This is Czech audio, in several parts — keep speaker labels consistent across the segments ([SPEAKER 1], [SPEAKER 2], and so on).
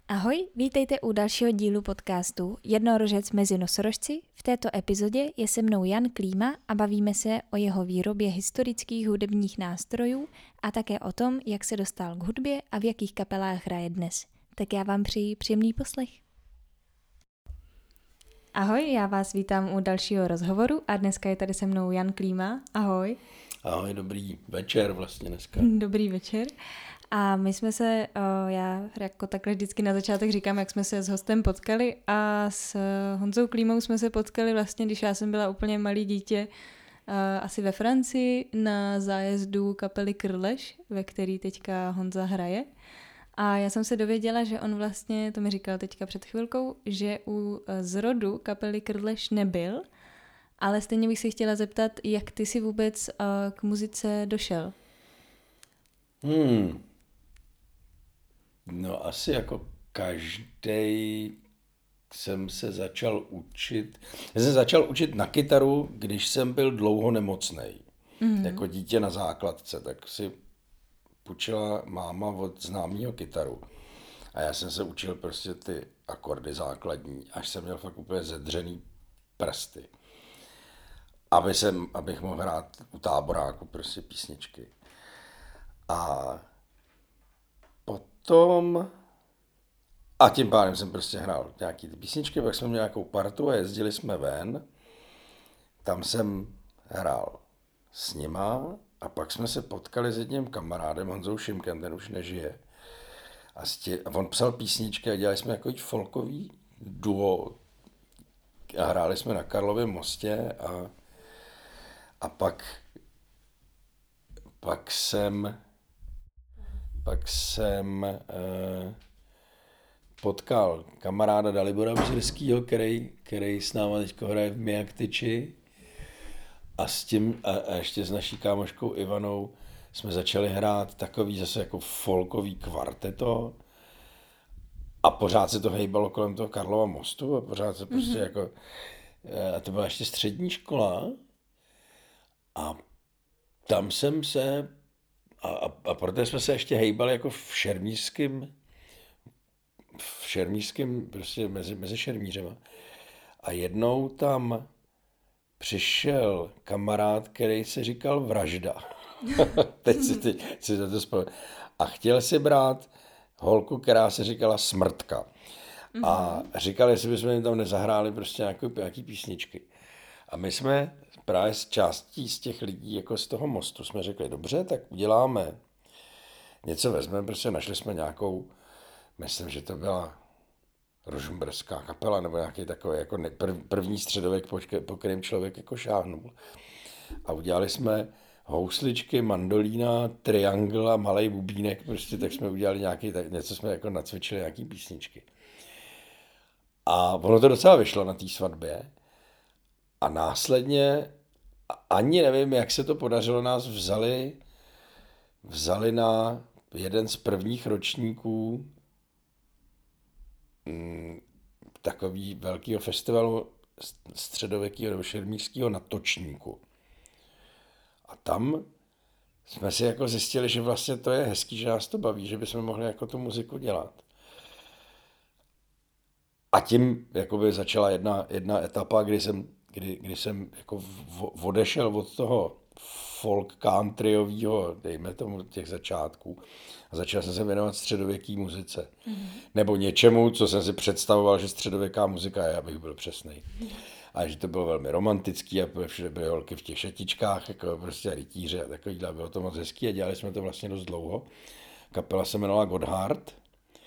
[SPEAKER 1] Ahoj, vítejte u dalšího dílu podcastu Jednorožec mezi nosorožci. V této epizodě je se mnou Jan Klíma a bavíme se o jeho výrobě historických hudebních nástrojů a také o tom, jak se dostal k hudbě a v jakých kapelách hraje dnes. Tak já vám přeji příjemný poslech. Ahoj, já vás vítám u dalšího rozhovoru a dneska je tady se mnou Jan Klíma. Ahoj.
[SPEAKER 2] Ahoj, dobrý večer vlastně dneska.
[SPEAKER 1] Dobrý večer. A my jsme se, já jako takhle vždycky na začátek říkám, jak jsme se s hostem potkali a s Honzou Klímou jsme se potkali vlastně, když já jsem byla úplně malý dítě, asi ve Francii na zájezdu kapely Krleš, ve který teďka Honza hraje. A já jsem se dověděla, že on vlastně, to mi říkal teďka před chvilkou, že u zrodu kapely Krleš nebyl, ale stejně bych se chtěla zeptat, jak ty si vůbec k muzice došel?
[SPEAKER 2] No asi jako každej jsem se začal učit. Já jsem začal učit na kytaru, když jsem byl dlouho nemocnej. Jako dítě na základce, tak si půjčila máma od známého kytaru. A já jsem se učil prostě ty akordy základní, až jsem měl fakt úplně zedřený prsty. Abych mohl hrát u táboráku prostě písničky. A tím pádem jsem prostě hrál nějaký ty písničky, pak jsme měli nějakou partu a jezdili jsme ven. Tam jsem hrál s nima a pak jsme se potkali s jedním kamarádem, Honzou Šimkem, ten už nežije. A on psal písničky a dělali jsme takový folkový duo. A hráli jsme na Karlově mostě a pak jsem potkal kamaráda Dalibora Břirskýho, který s náma teď hraje v Miaktyči. A ještě s naší kámoškou Ivanou jsme začali hrát takový zase jako folkový kvarteto. A pořád se to hejbalo kolem toho Karlova mostu a pořád se prostě jako... A to byla ještě střední škola. A tam jsem se... A protože jsme se ještě hejbali jako v šermířském prostě mezi šermířema. A jednou tam přišel kamarád, který se říkal Vražda. Teď si to vzpomínám. A chtěl si brát holku, která se říkala Smrtka. A říkal, jestli bychom jim tam nezahráli prostě nějaký písničky. A my jsme právě s částí z těch lidí, jako z toho mostu, jsme řekli, dobře, tak uděláme něco, vezmeme, prostě našli jsme nějakou, myslím, že to byla rožmberská kapela, nebo nějaký takový jako první středověk, po kterém člověk jako šáhnul. A udělali jsme housličky, mandolína, triangl a malej bubínek, prostě tak jsme udělali něco jsme jako nacvičili, nějaký písničky. A ono to docela vyšlo na té svatbě. A následně, ani nevím, jak se to podařilo, nás vzali na jeden z prvních ročníků takový velkého festivalu středověkého nebo šermířského na Točníku. A tam jsme si jako zjistili, že vlastně to je hezký, že nás to baví, že bychom mohli jako tu muziku dělat. A tím jakoby začala jedna etapa, kdy jsem jako odešel od toho folk countryového, dejme tomu těch začátků, a začal jsem se věnovat středověký muzice. Nebo něčemu, co jsem si představoval, že středověká muzika je, abych byl přesnej. A že to bylo velmi romantický a všude byly holky v těch šatičkách, jako prostě rytíře a takovýhle, bylo to moc hezký a dělali jsme to vlastně dost dlouho. Kapela se jmenovala Gotthard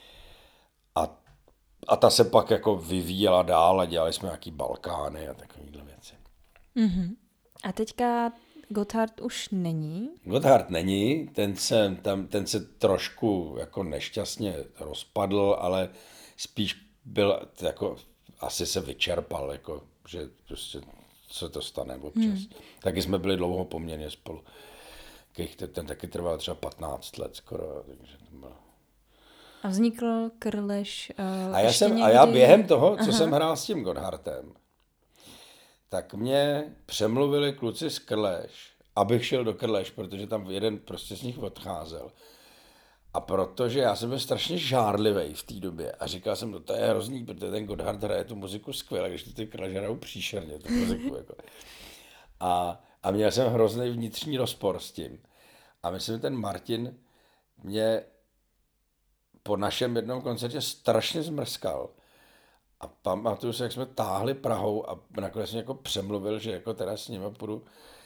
[SPEAKER 2] a ta se pak jako vyvíjela dál a dělali jsme nějaký Balkány a takovýhle věci.
[SPEAKER 1] A teďka Gotthard už není?
[SPEAKER 2] Gotthard není, ten se trošku jako nešťastně rozpadl, ale spíš byl jako, asi se vyčerpal, jako, že prostě se to stane občas. Taky jsme byli dlouho poměrně spolu. Ten taky trval třeba 15 let skoro, takže to bylo...
[SPEAKER 1] A vznikl Krleš
[SPEAKER 2] A já během toho, co jsem hrál s tím Gotthardem, tak mě přemluvili kluci z Krleš, abych šel do Krleš, protože tam jeden prostě z nich odcházel. A protože já jsem byl strašně žárlivý v té době a říkal jsem, no to je hrozný, protože ten Gotthard hraje tu muziku skvěle, když ty Clash hrajou příšerně tu muziku. Jako. A měl jsem hrozný vnitřní rozpor s tím. A myslím, že ten Martin mě po našem jednom koncertě strašně zmrskal. A pamatuju se, jak jsme táhli Prahou a nakonec mě jako přemluvil, že jako teda s nimi půjdu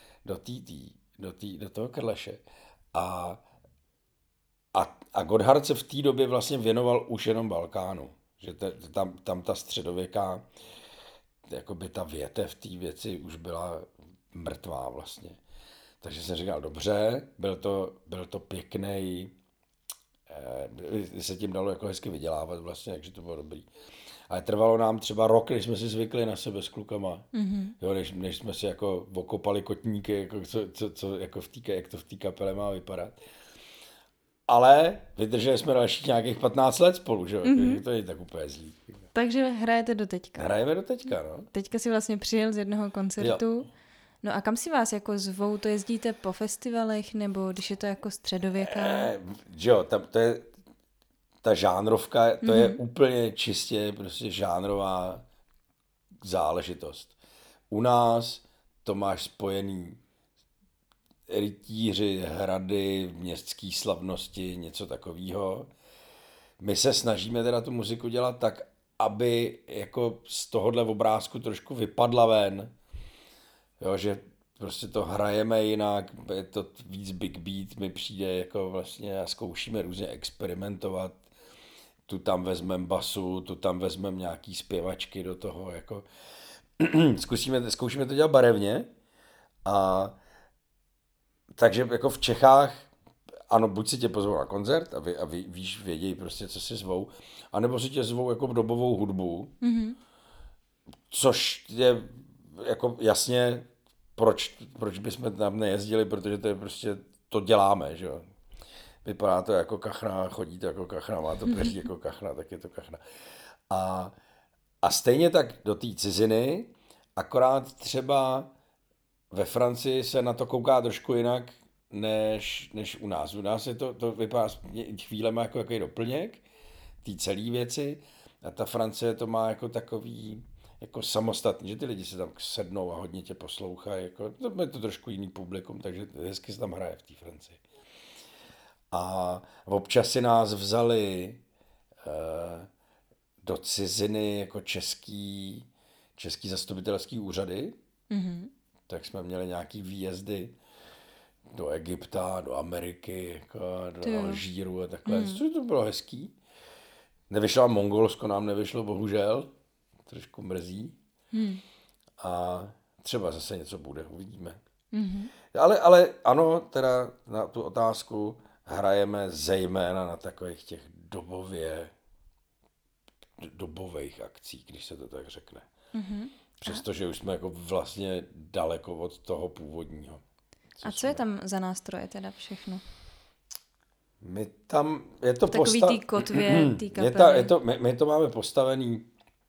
[SPEAKER 2] do toho Krleše. A Gotthard se v té době vlastně věnoval už jenom Balkánu. Že tam ta středověká, jakoby ta větev té věci už byla mrtvá vlastně. Takže jsem říkal, dobře, byl to pěkný, se tím dalo jako hezky vydělávat vlastně, takže to bylo dobrý. Ale trvalo nám třeba rok, než jsme si zvykli na sebe s klukama. Mm-hmm. Jo, než jsme si jako okopali kotníky, jako co jako jak to v té kapele má vypadat. Ale vydrželi jsme další nějakých 15 let spolu, že jo? Mm-hmm. To je tak úplně zlý.
[SPEAKER 1] Takže hrajete do teďka.
[SPEAKER 2] Hrajeme do teďka, no.
[SPEAKER 1] Teďka si vlastně přijel z jednoho koncertu. Jo. No a kam si vás jako zvou? To jezdíte po festivalech, nebo když je to jako středověká?
[SPEAKER 2] Jo, to je ta žánrovka, to je úplně čistě prostě žánrová záležitost. U nás to máš spojený rytíři, hrady, městský slavnosti, něco takového. My se snažíme teda tu muziku dělat tak, aby jako z tohohle obrázku trošku vypadla ven. Jo, že prostě to hrajeme jinak, je to víc big beat, mi přijde jako vlastně a zkoušíme různě experimentovat. Tu tam vezmeme basu, tu tam vezmeme nějaký zpěvačky do toho, jako zkoušíme to dělat barevně. A takže jako v Čechách, ano, buď si tě pozvou na koncert a víš, vědějí prostě, co si zvou, anebo si tě zvou jako dobovou hudbu, což je jako jasně, proč bychom tam nejezdili, protože to je prostě, to děláme, že jo. Vypadá to jako kachna, chodí to jako kachna, má to peří jako kachna, tak je to kachna. A stejně tak do té ciziny, akorát třeba ve Francii se na to kouká trošku jinak, než u nás. U nás je to vypadá chvílema jako takový doplněk té celé věci a ta Francie to má jako takový jako samostatný, že ty lidi se tam sednou a hodně tě poslouchají. Jako, to je to trošku jiný publikum, takže hezky se tam hraje v té Francii. A občas si nás vzali do ciziny jako český zastupitelský úřady, tak jsme měli nějaký výjezdy do Egypta, do Ameriky, jako do Alžíru a takhle. To bylo hezký. Nevyšlo Mongolsko, nám nevyšlo, bohužel. Trošku mrzí. A třeba zase něco bude, uvidíme. Ale ano, teda na tu otázku hrajeme zejména na takových těch dobových akcích, když se to tak řekne. Přestože už jsme jako vlastně daleko od toho původního.
[SPEAKER 1] A co je tam za nástroje teda všechno?
[SPEAKER 2] My tam, je to
[SPEAKER 1] takový tý kotvě, tý kapely.
[SPEAKER 2] My to máme postavený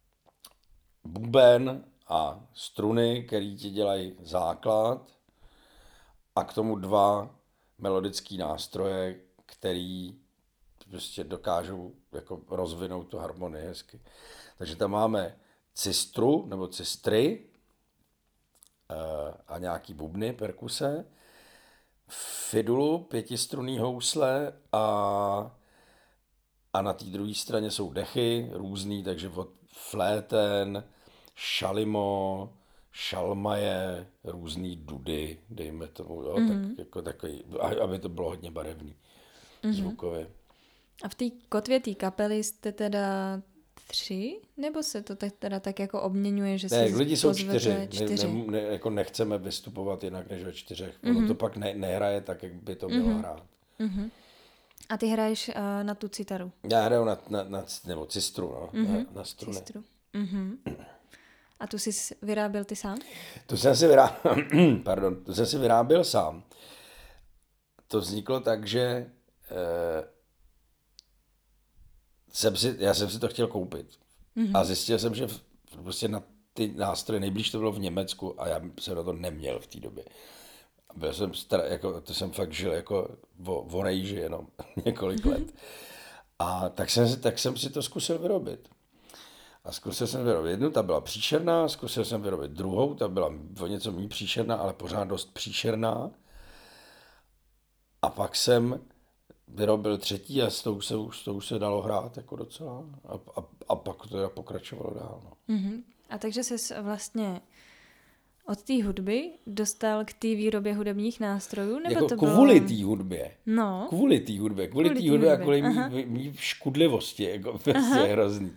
[SPEAKER 2] buben a struny, který ti dělají základ a k tomu 2 melodický nástroje, který prostě dokážou jako rozvinout tu harmonii hezky. Takže tam máme cistru nebo cistry a nějaký bubny, perkuse, fidulu, 5strunný housle a na té druhé straně jsou dechy různý, takže od fléten, šalimo, šalmaje, různý dudy, dejme tomu, jo, tak jako takový, aby to bylo hodně barevný zvukově. A
[SPEAKER 1] v té kotvě té kapely jste teda 3? Nebo se to teda tak jako obměňuje, že
[SPEAKER 2] ne, lidi jsou 4. Jako nechceme vystupovat jinak než ve 4. Ono to pak nehraje tak, jak by to mělo hrát.
[SPEAKER 1] A ty hraješ na tu citaru?
[SPEAKER 2] Já hraju nebo cistru, no, na struny. Cistru.
[SPEAKER 1] A tu jsi vyráběl ty sám?
[SPEAKER 2] Tu jsem si vyráběl sám. To vzniklo tak, že já jsem si to chtěl koupit. A zjistil jsem, že prostě na ty nástroje nejblíž to bylo v Německu a já jsem na to neměl v té době. Byl jsem jako, to jsem fakt žil jako o rejži jenom několik let. A tak jsem si to zkusil vyrobit. A zkusil jsem vyrobit jednu, ta byla příšerná, zkusil jsem vyrobit druhou, ta byla o něco méně příšerná, ale pořád dost příšerná. A pak jsem vyrobil třetí a s tou se dalo hrát jako docela. A pak to teda pokračovalo dál. No.
[SPEAKER 1] A takže jsi vlastně od té hudby dostal k té výrobě hudebních nástrojů? Nebo
[SPEAKER 2] jako
[SPEAKER 1] to
[SPEAKER 2] kvůli
[SPEAKER 1] bylo...
[SPEAKER 2] té hudbě.
[SPEAKER 1] No.
[SPEAKER 2] Kvůli té hudbě a kvůli mý škudlivosti. Jako prostě hrozný.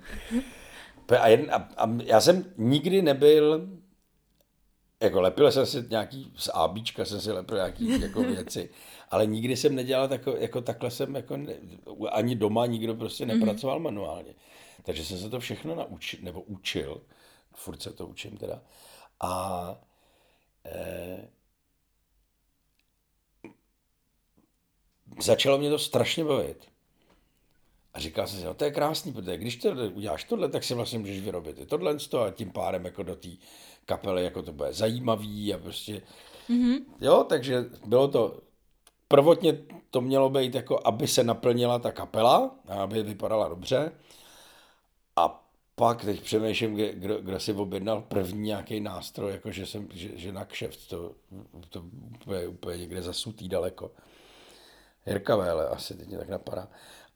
[SPEAKER 2] A já jsem nikdy nebyl, jako lepil jsem si nějaký, z ABčka jsem si lepil nějaký jako věci, ale nikdy jsem nedělal jako takhle jsem jako ani doma nikdo prostě nepracoval manuálně. Takže jsem se to všechno naučil, nebo učil, furt se to učím teda. A začalo mě to strašně bavit. A říkal jsem si, no to je krásný, protože když uděláš tohle, tak si vlastně můžeš vyrobit i tohle a tím pádem jako do té kapely jako to bude zajímavý a prostě, jo, takže bylo to, prvotně to mělo být jako, aby se naplnila ta kapela, aby vypadala dobře a pak teď přemýšlím, kdo si objednal první nějaký nástroj, jako že na kšeft, to je úplně někde zasutý daleko. Jirka Véle, asi teď mě tak napadá.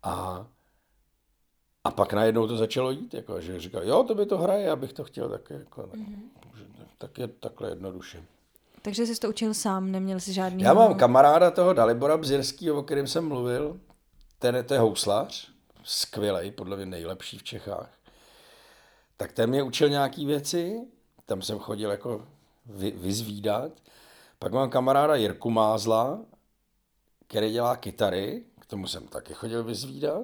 [SPEAKER 2] A pak najednou to začalo jít, jako, že říkal, jo, to by to hraje, abych to chtěl taky, jako, tak je takhle jednoduše.
[SPEAKER 1] Takže jsi to učil sám, neměl jsi žádný...
[SPEAKER 2] Já mám kamaráda toho Dalibora Bzirskýho, o kterém jsem mluvil, to je houslař, skvělej, podle mě nejlepší v Čechách. Tak ten mě učil nějaký věci, tam jsem chodil jako vyzvídat. Pak mám kamaráda Jirku Mázla, který dělá kytary, k tomu jsem taky chodil vyzvídat.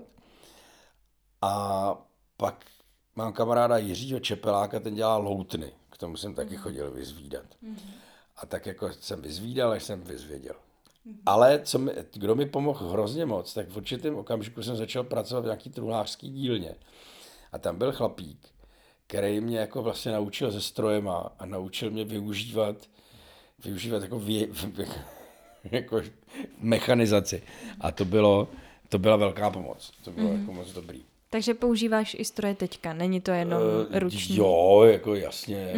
[SPEAKER 2] A pak mám kamaráda Jiřího Čepeláka, ten dělá loutny, k tomu jsem taky chodil vyzvídat. A tak jako jsem vyzvídal, až jsem vyzvěděl. Ale kdo mi pomohl hrozně moc, tak v určitém okamžiku jsem začal pracovat v nějaký truhlářský dílně. A tam byl chlapík, který mě jako vlastně naučil se strojema a naučil mě využívat jako, jako mechanizaci. A to byla velká pomoc. To bylo jako moc dobrý.
[SPEAKER 1] Takže používáš i stroje teďka, není to jenom ruční?
[SPEAKER 2] Jo, jako jasně.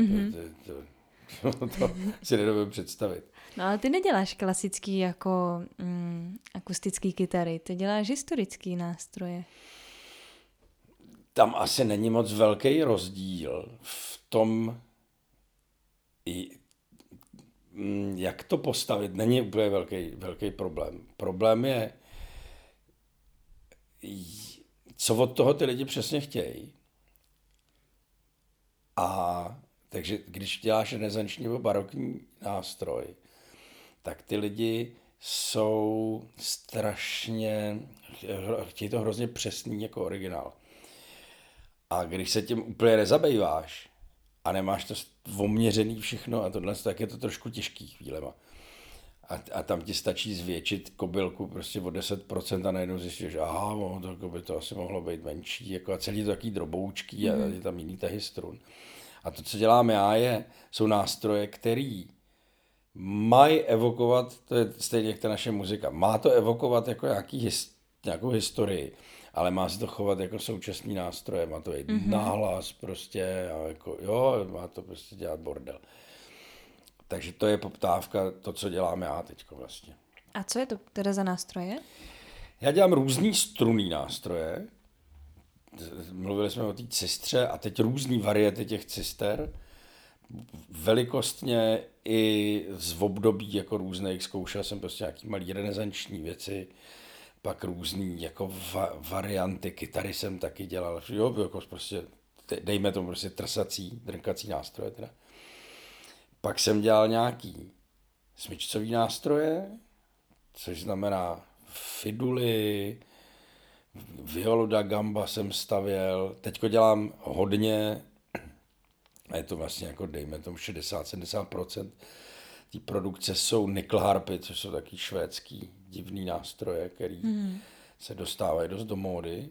[SPEAKER 2] To si nedovedu představit.
[SPEAKER 1] No ale ty neděláš klasický jako akustický kytary, ty děláš historický nástroje.
[SPEAKER 2] Tam asi není moc velký rozdíl v tom, jak to postavit. Není úplně velký problém. Problém je, co od toho ty lidi přesně chtějí. A takže když děláš renesanční nebo barokní nástroj, tak ty lidi jsou chtějí to hrozně přesný jako originál. A když se tím úplně nezabýváš a nemáš to oměřený všechno a tohle, tak je to trošku těžký chvílema. A tam ti stačí zvětšit kobylku prostě o 10% a najednou zjistíš, že aha, to by to asi mohlo být menší, jako a celý to takový droboučký a je tam jiný tahy strun. A to, co dělám já, jsou nástroje, který mají evokovat, to je stejně jak ta naše muzika, má to evokovat jako nějakou historii, ale má se to chovat jako současný nástroje, má to jít náhlas prostě a jako jo, má to prostě dělat bordel. Takže to je poptávka, to, co dělám já teďko vlastně.
[SPEAKER 1] A co je to teda za nástroje?
[SPEAKER 2] Já dělám různý strunný nástroje. Mluvili jsme o té cistře a teď různý variety těch cister. Velikostně i z období jako různých. Zkoušel jsem prostě nějaký malý renesanční věci, pak různý jako varianty. Kytary jsem taky dělal. Jo, jako prostě, dejme tomu prostě drnkací nástroje teda. Pak jsem dělal nějaký smyčcový nástroje, což znamená fiduly, violu da gamba jsem stavěl. Teďko dělám hodně, a je to vlastně jako dejme tomu 60-70% té produkce jsou nickel harpy, což jsou taky švédský divný nástroje, který se dostávají dost do módy.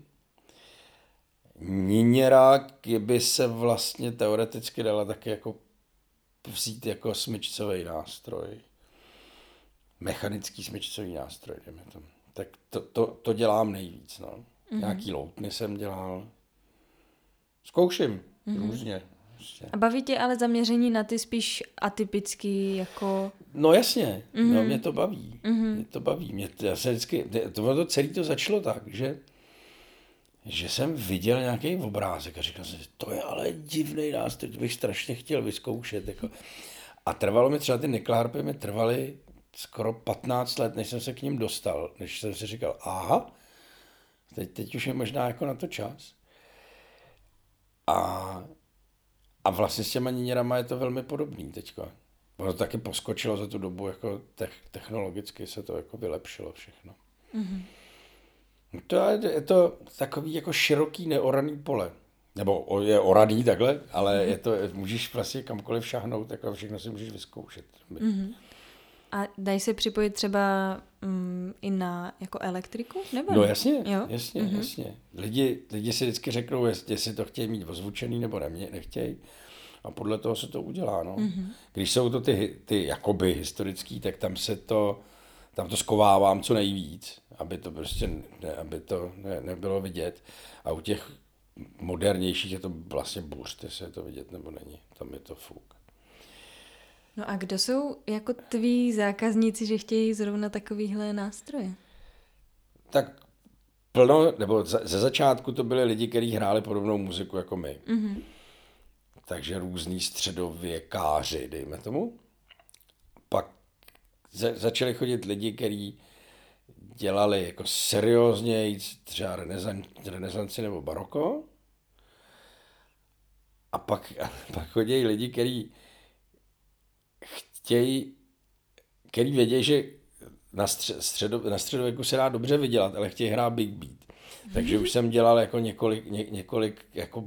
[SPEAKER 2] Niněra by se vlastně teoreticky dala taky jako vzít jako smyčcový nástroj. mechanický smyčcový nástroj, jdeme tomu. Tak to dělám nejvíc, no. Nějaký loutny jsem dělal. Zkouším různě. Prostě.
[SPEAKER 1] A baví tě ale zaměření na ty spíš atypický, jako...
[SPEAKER 2] No jasně, no, mě to baví. Mě to baví. Já se vždycky, to celé to začalo tak, že jsem viděl nějaký obrázek a říkal jsem si, to je ale divný nástroj, to bych strašně chtěl vyzkoušet. Jako. A trvalo mi třeba ty nickelharpy, mi trvaly skoro 15 let, než jsem se k ním dostal, než jsem si říkal, aha, teď už je možná jako na to čas. A vlastně s těma niněrama je to velmi podobný teďka. Ono to taky poskočilo za tu dobu, jako technologicky se to jako vylepšilo všechno. Je to takový jako široký neoraný pole. Nebo je oraný takhle, ale je to, můžeš vlastně kamkoliv šahnout, jako všechno si můžeš vyzkoušet.
[SPEAKER 1] A dají se připojit třeba i na jako elektriku? Nebo
[SPEAKER 2] no
[SPEAKER 1] ne?
[SPEAKER 2] jasně,
[SPEAKER 1] Jo?
[SPEAKER 2] jasně. Lidi si vždycky řeknou, jestli to chtějí mít ozvučený nebo nechtějí. A podle toho se to udělá. No. Když jsou to ty jakoby historický, tak tam to skovávám co nejvíc, aby to prostě nebylo vidět. A u těch modernějších je to vlastně buřt, jestli je to vidět nebo není. Tam je to fuk.
[SPEAKER 1] No a kdo jsou jako tví zákazníci, že chtějí zrovna takovýhle nástroje?
[SPEAKER 2] Tak nebo ze začátku to byli lidi, kteří hráli podobnou muziku jako my. Takže různý středověkáři, dejme tomu. Pak začali chodit lidi, kteří dělali jako seriózněji třeba renesanci nebo baroko. A pak chodí lidi, kteří vědí, že na středověku se dá dobře vydělat, ale chtějí hrát big beat. Takže už jsem dělal jako několik jako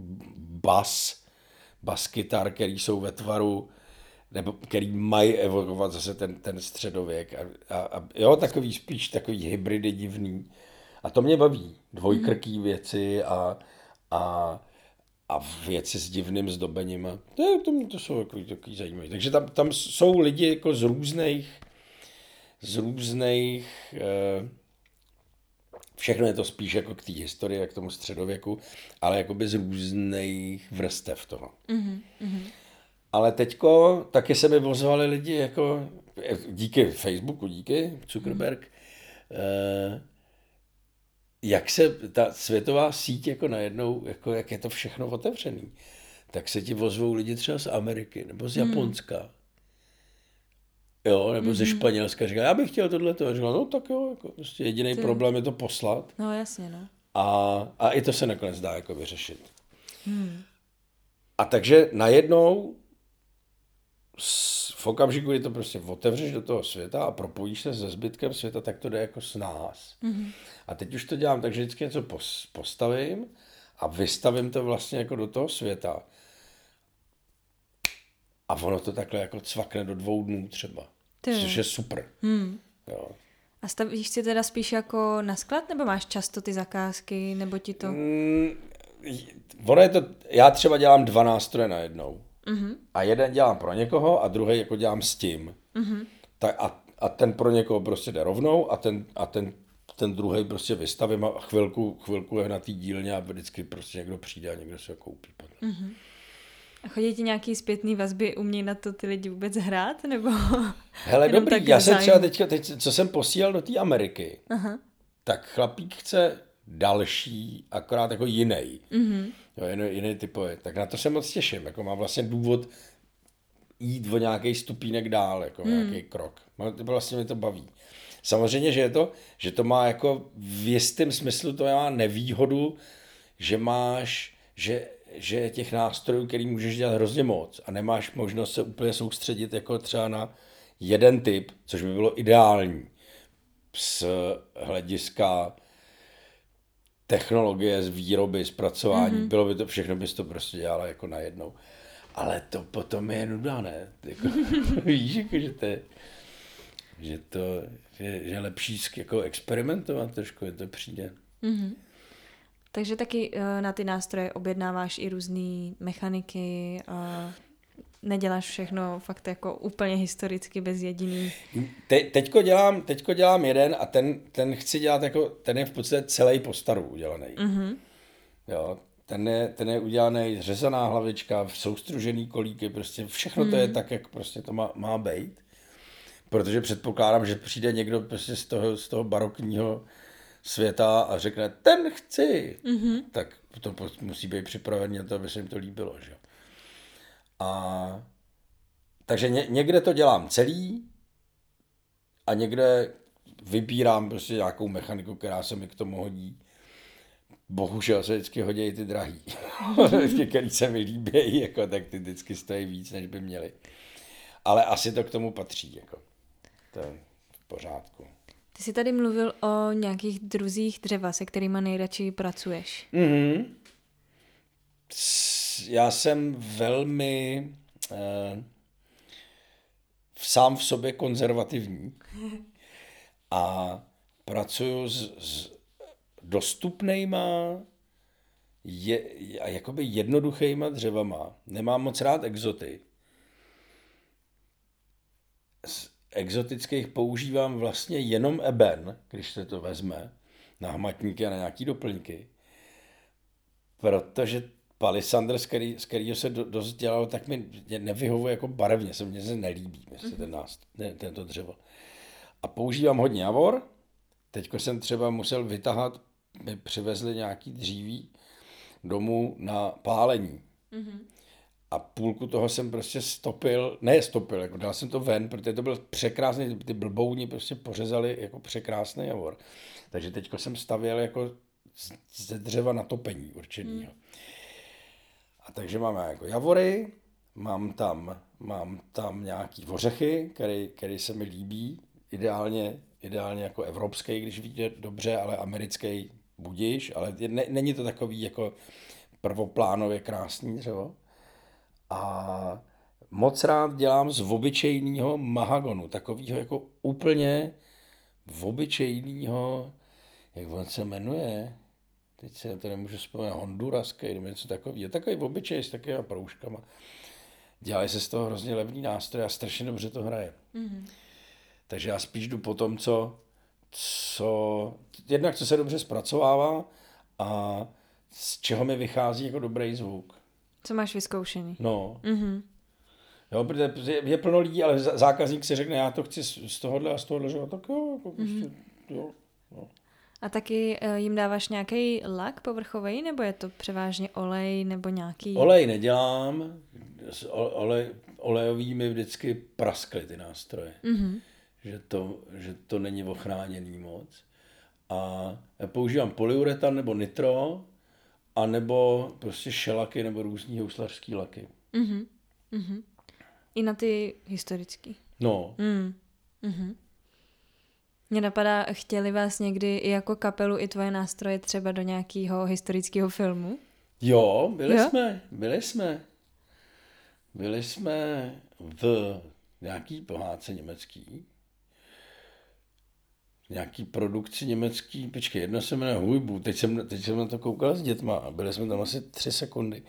[SPEAKER 2] bas kytar, který jsou ve tvaru, nebo který mají evokovat zase ten středověk. A jo, spíš takový hybridy divný. A to mě baví. Dvojkrký věci a věci s divným zdobením. To jsou takový zajímavé. Takže tam jsou lidi jako z různých všechno je to spíš jako k té historii, k tomu středověku, ale jakoby z různých vrstev toho. Ale teďko taky se mi ozvali lidi jako díky Facebooku, díky Zuckerberg, jak se ta světová síť jako najednou, jako jak je to všechno otevřený, tak se ti ozvou lidi třeba z Ameriky nebo z Japonska. Jo, nebo ze Španělska. Říká, já bych chtěl tohleto. A říkal, no tak jo, jako, prostě jediný problém je to poslat.
[SPEAKER 1] No jasně, no.
[SPEAKER 2] A i to se nakonec dá jako vyřešit. A takže najednou v okamžiku, kdy to prostě otevřeš do toho světa a propojíš se se zbytkem světa, tak to jde jako s nás. A teď už to dělám tak, že vždycky něco postavím a vystavím to vlastně jako do toho světa. A ono to takhle jako cvakne do 2 dnů třeba. Což je super. Jo.
[SPEAKER 1] A stavíš si teda spíš jako na sklad, nebo máš často ty zakázky, nebo ti to...
[SPEAKER 2] Ono je to, já třeba dělám 2 nástroje najednou. A jeden dělám pro někoho a druhý jako dělám s tím. A ten pro někoho prostě jde rovnou a ten druhý prostě vystavím a chvilku je na té dílně a vždycky prostě někdo přijde a někdo si ho koupí.
[SPEAKER 1] A chodí ti nějaký zpětný vazby, umějí na to ty lidi vůbec hrát, nebo...
[SPEAKER 2] Hele, dobrý, já jsem třeba teď, co jsem posílal do té Ameriky, tak chlapík chce další, akorát jako jiný. Jo, jiný typový. Tak na to se moc těším, jako mám vlastně důvod jít o nějaký stupínek dál, jako nějaký krok. Vlastně mě to baví. Samozřejmě, že to má jako v jistém smyslu to má nevýhodu, že máš, že těch nástrojů, který můžeš dělat hrozně moc a nemáš možnost se úplně soustředit jako třeba na jeden typ, což by bylo ideální z hlediska technologie, z výroby, zpracování. Bylo by to, všechno bys to prostě dělala jako najednou. Ale to potom je nudná, ne? Jako, víš, jako, že je lepší jako experimentovat trošku, je to přijde.
[SPEAKER 1] Takže taky na ty nástroje objednáváš i různý mechaniky, neděláš všechno fakt jako úplně historicky bez jediný?
[SPEAKER 2] Teďko dělám jeden a ten chci dělat jako, ten je v podstatě celý po staru udělaný.
[SPEAKER 1] Mhm.
[SPEAKER 2] Jo, ten je udělaný, řezaná hlavička, soustružený kolíky, prostě všechno to je tak, jak prostě to má být. Protože předpokládám, že přijde někdo prostě z toho barokního světa a řekne, ten chci. Tak to musí být připravený na to, aby se jim to líbilo. Že? A takže někde to dělám celý a někde vybírám prostě nějakou mechaniku, která se mi k tomu hodí. Bohužel se vždycky hodí ty drahý. Který se mi líbí, jako, tak ty vždycky stojí víc, než by měly. Ale asi to k tomu patří. Jako. To je v pořádku.
[SPEAKER 1] Ty jsi tady mluvil o nějakých druzích dřeva, se kterými nejradši pracuješ.
[SPEAKER 2] Já jsem velmi sám v sobě konzervativní a pracuju s dostupnejma a jakoby jednoduchejma dřevama. Nemám moc rád exoty. Z exotických používám vlastně jenom eben, když se to vezme, na hmatníky a na nějaký doplňky. Protože palisandr, z kterého se dost dělalo, tak mi nevyhovuje jako barevně, mně se nelíbí tento dřevo. A používám hodně javor. Teďko jsem třeba musel vytahat, mi přivezli nějaký dříví domů na pálení. A půlku toho jsem prostě stopil, jako dal jsem to ven, protože to byl překrásný, ty blbouni prostě pořezali jako překrásný javor. Takže teďko jsem stavěl jako ze dřeva na topení určenýho. A takže máme jako javory, mám tam nějaký ořechy, který se mi líbí, ideálně jako evropský, když vidíte dobře, ale americký budiš, ale není to takový jako prvoplánově krásný dřevo. A moc rád dělám z obyčejného mahagonu, takového jako úplně obyčejného, jak on se jmenuje, teď se to nemůžu vzpomenout, honduraský nebo něco takového, takový obyčej s takovými proužkama. Dělají se z toho hrozně levný nástroj a strašně dobře to hraje. Takže já spíš jdu po tom, jednak co se dobře zpracovává a z čeho mi vychází jako dobrý zvuk.
[SPEAKER 1] Co máš vyzkoušený?
[SPEAKER 2] No. Jo, protože je plno lidí, ale zákazník si řekne, já to chci z tohohle a z tohohle, že tak jo, jako prostě, jo.
[SPEAKER 1] A taky jim dáváš nějaký lak povrchový, nebo je to převážně olej, nebo nějaký...
[SPEAKER 2] Olej nedělám, olejový mi vždycky praskly ty nástroje, že to není ochráněný moc. A já používám polyuretan nebo nitro, a nebo prostě šelaky nebo různý houslařský laky.
[SPEAKER 1] I na ty historický.
[SPEAKER 2] No.
[SPEAKER 1] Mně napadá, chtěli vás někdy i jako kapelu i tvoje nástroje třeba do nějakého historického filmu?
[SPEAKER 2] Jo, byli jsme v nějaký pohádce německý, nějaký produkci německý, počkej, jedno se jmenuje Hujbu, teď jsem na to koukal s dětma a byli jsme tam asi 3 sekundy.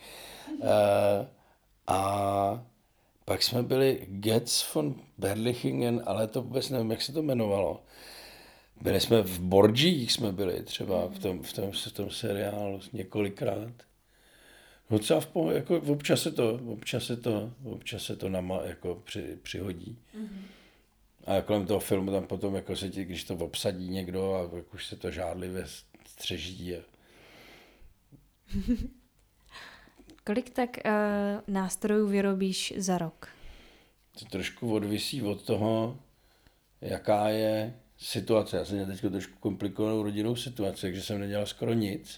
[SPEAKER 2] A pak jsme byli Getz von Berlichingen, ale to vůbec nevím, jak se to jmenovalo. Byli jsme v Borgiích, jsme byli třeba v tom seriálu několikrát. No třeba jako občas se to jako přihodí. A kolem toho filmu tam potom, jako se ti, když to obsadí někdo a jak už se to žádlivě střeží.
[SPEAKER 1] Kolik tak nástrojů vyrobíš za rok?
[SPEAKER 2] To trošku odvisí od toho, jaká je situace. Já jsem měl teď trošku komplikovanou rodinnou situaci, takže jsem nedělal skoro nic.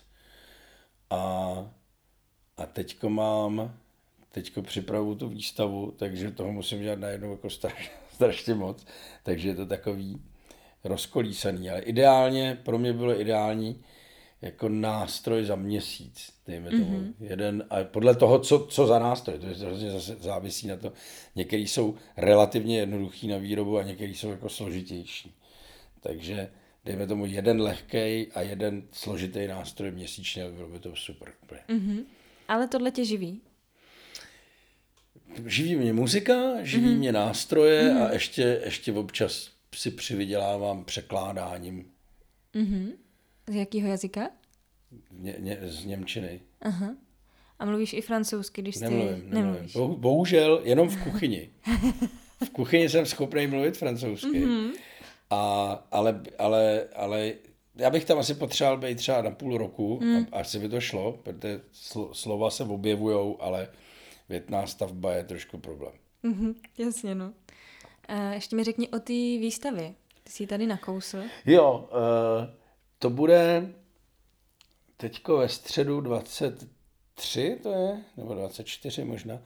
[SPEAKER 2] A teďko připravu tu výstavu, takže toho musím dělat najednou jako strašně moc. Takže je to takový rozkolísaný. Ale ideálně, pro mě bylo ideální jako nástroj za měsíc, dejme tomu. Jeden, a podle toho, co za nástroj, to je hrozně zase závisí na to. Některý jsou relativně jednoduchý na výrobu a některý jsou jako složitější. Takže dejme tomu jeden lehkej a jeden složitý nástroj měsíčně, bylo by to super.
[SPEAKER 1] Ale tohle tě živí?
[SPEAKER 2] Živí mě muzika, živí mě nástroje a ještě občas si přivydělávám překládáním.
[SPEAKER 1] Z jakého jazyka?
[SPEAKER 2] Z němčiny.
[SPEAKER 1] Aha. A mluvíš i francouzsky, když
[SPEAKER 2] Nemluvím. Bohužel jenom v kuchyni. V kuchyni jsem schopný mluvit francouzsky. Ale já bych tam asi potřeboval být třeba na půl roku, asi by to šlo, protože slova se objevujou, ale větná stavba je trošku problém.
[SPEAKER 1] Jasně, no. Ještě mi řekni o té výstavě. Ty jsi ji tady nakousl.
[SPEAKER 2] Jo, to bude teďko ve středu 23, to je, nebo 24 možná,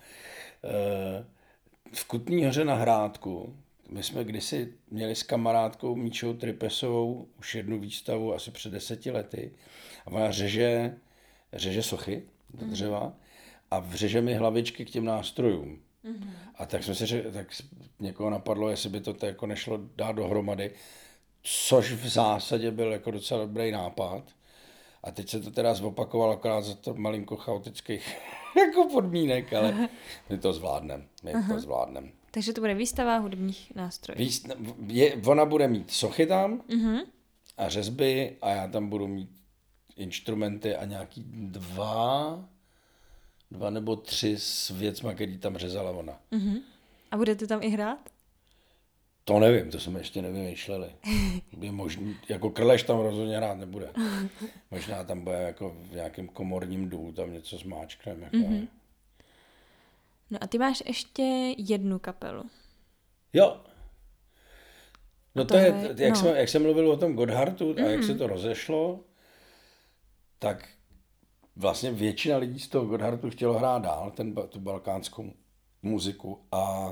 [SPEAKER 2] v Kutný Hoře na Hrádku. My jsme kdysi měli s kamarádkou Míčou Tripesovou už jednu výstavu asi před 10 lety a ona řeže sochy do dřeva a vřeže mi hlavičky k těm nástrojům. A tak tak někoho napadlo, jestli by to jako nešlo dát dohromady, což v zásadě byl jako docela dobrý nápad. A teď se to teda zopakovalo akorát za to malinko chaotických jako podmínek, ale my to zvládneme.
[SPEAKER 1] Takže to bude výstava hudebních nástrojů.
[SPEAKER 2] Ona bude mít sochy tam a řezby a já tam budu mít instrumenty a nějaký dva nebo 3 s věcma, který tam řezala ona.
[SPEAKER 1] A budete tam i hrát?
[SPEAKER 2] To nevím, to jsme ještě nevymýšleli. Je možný, jako Krleš tam rozhodně hrát nebude. Možná tam bude jako v nějakém komorním důlu, tam něco zmáčkneme. Jako.
[SPEAKER 1] No a ty máš ještě jednu kapelu.
[SPEAKER 2] Jo. No to je, jak jsem mluvil o tom Gotthardtu a jak se to rozešlo, tak vlastně většina lidí z toho Gotthardtu chtělo hrát dál, tu balkánskou muziku a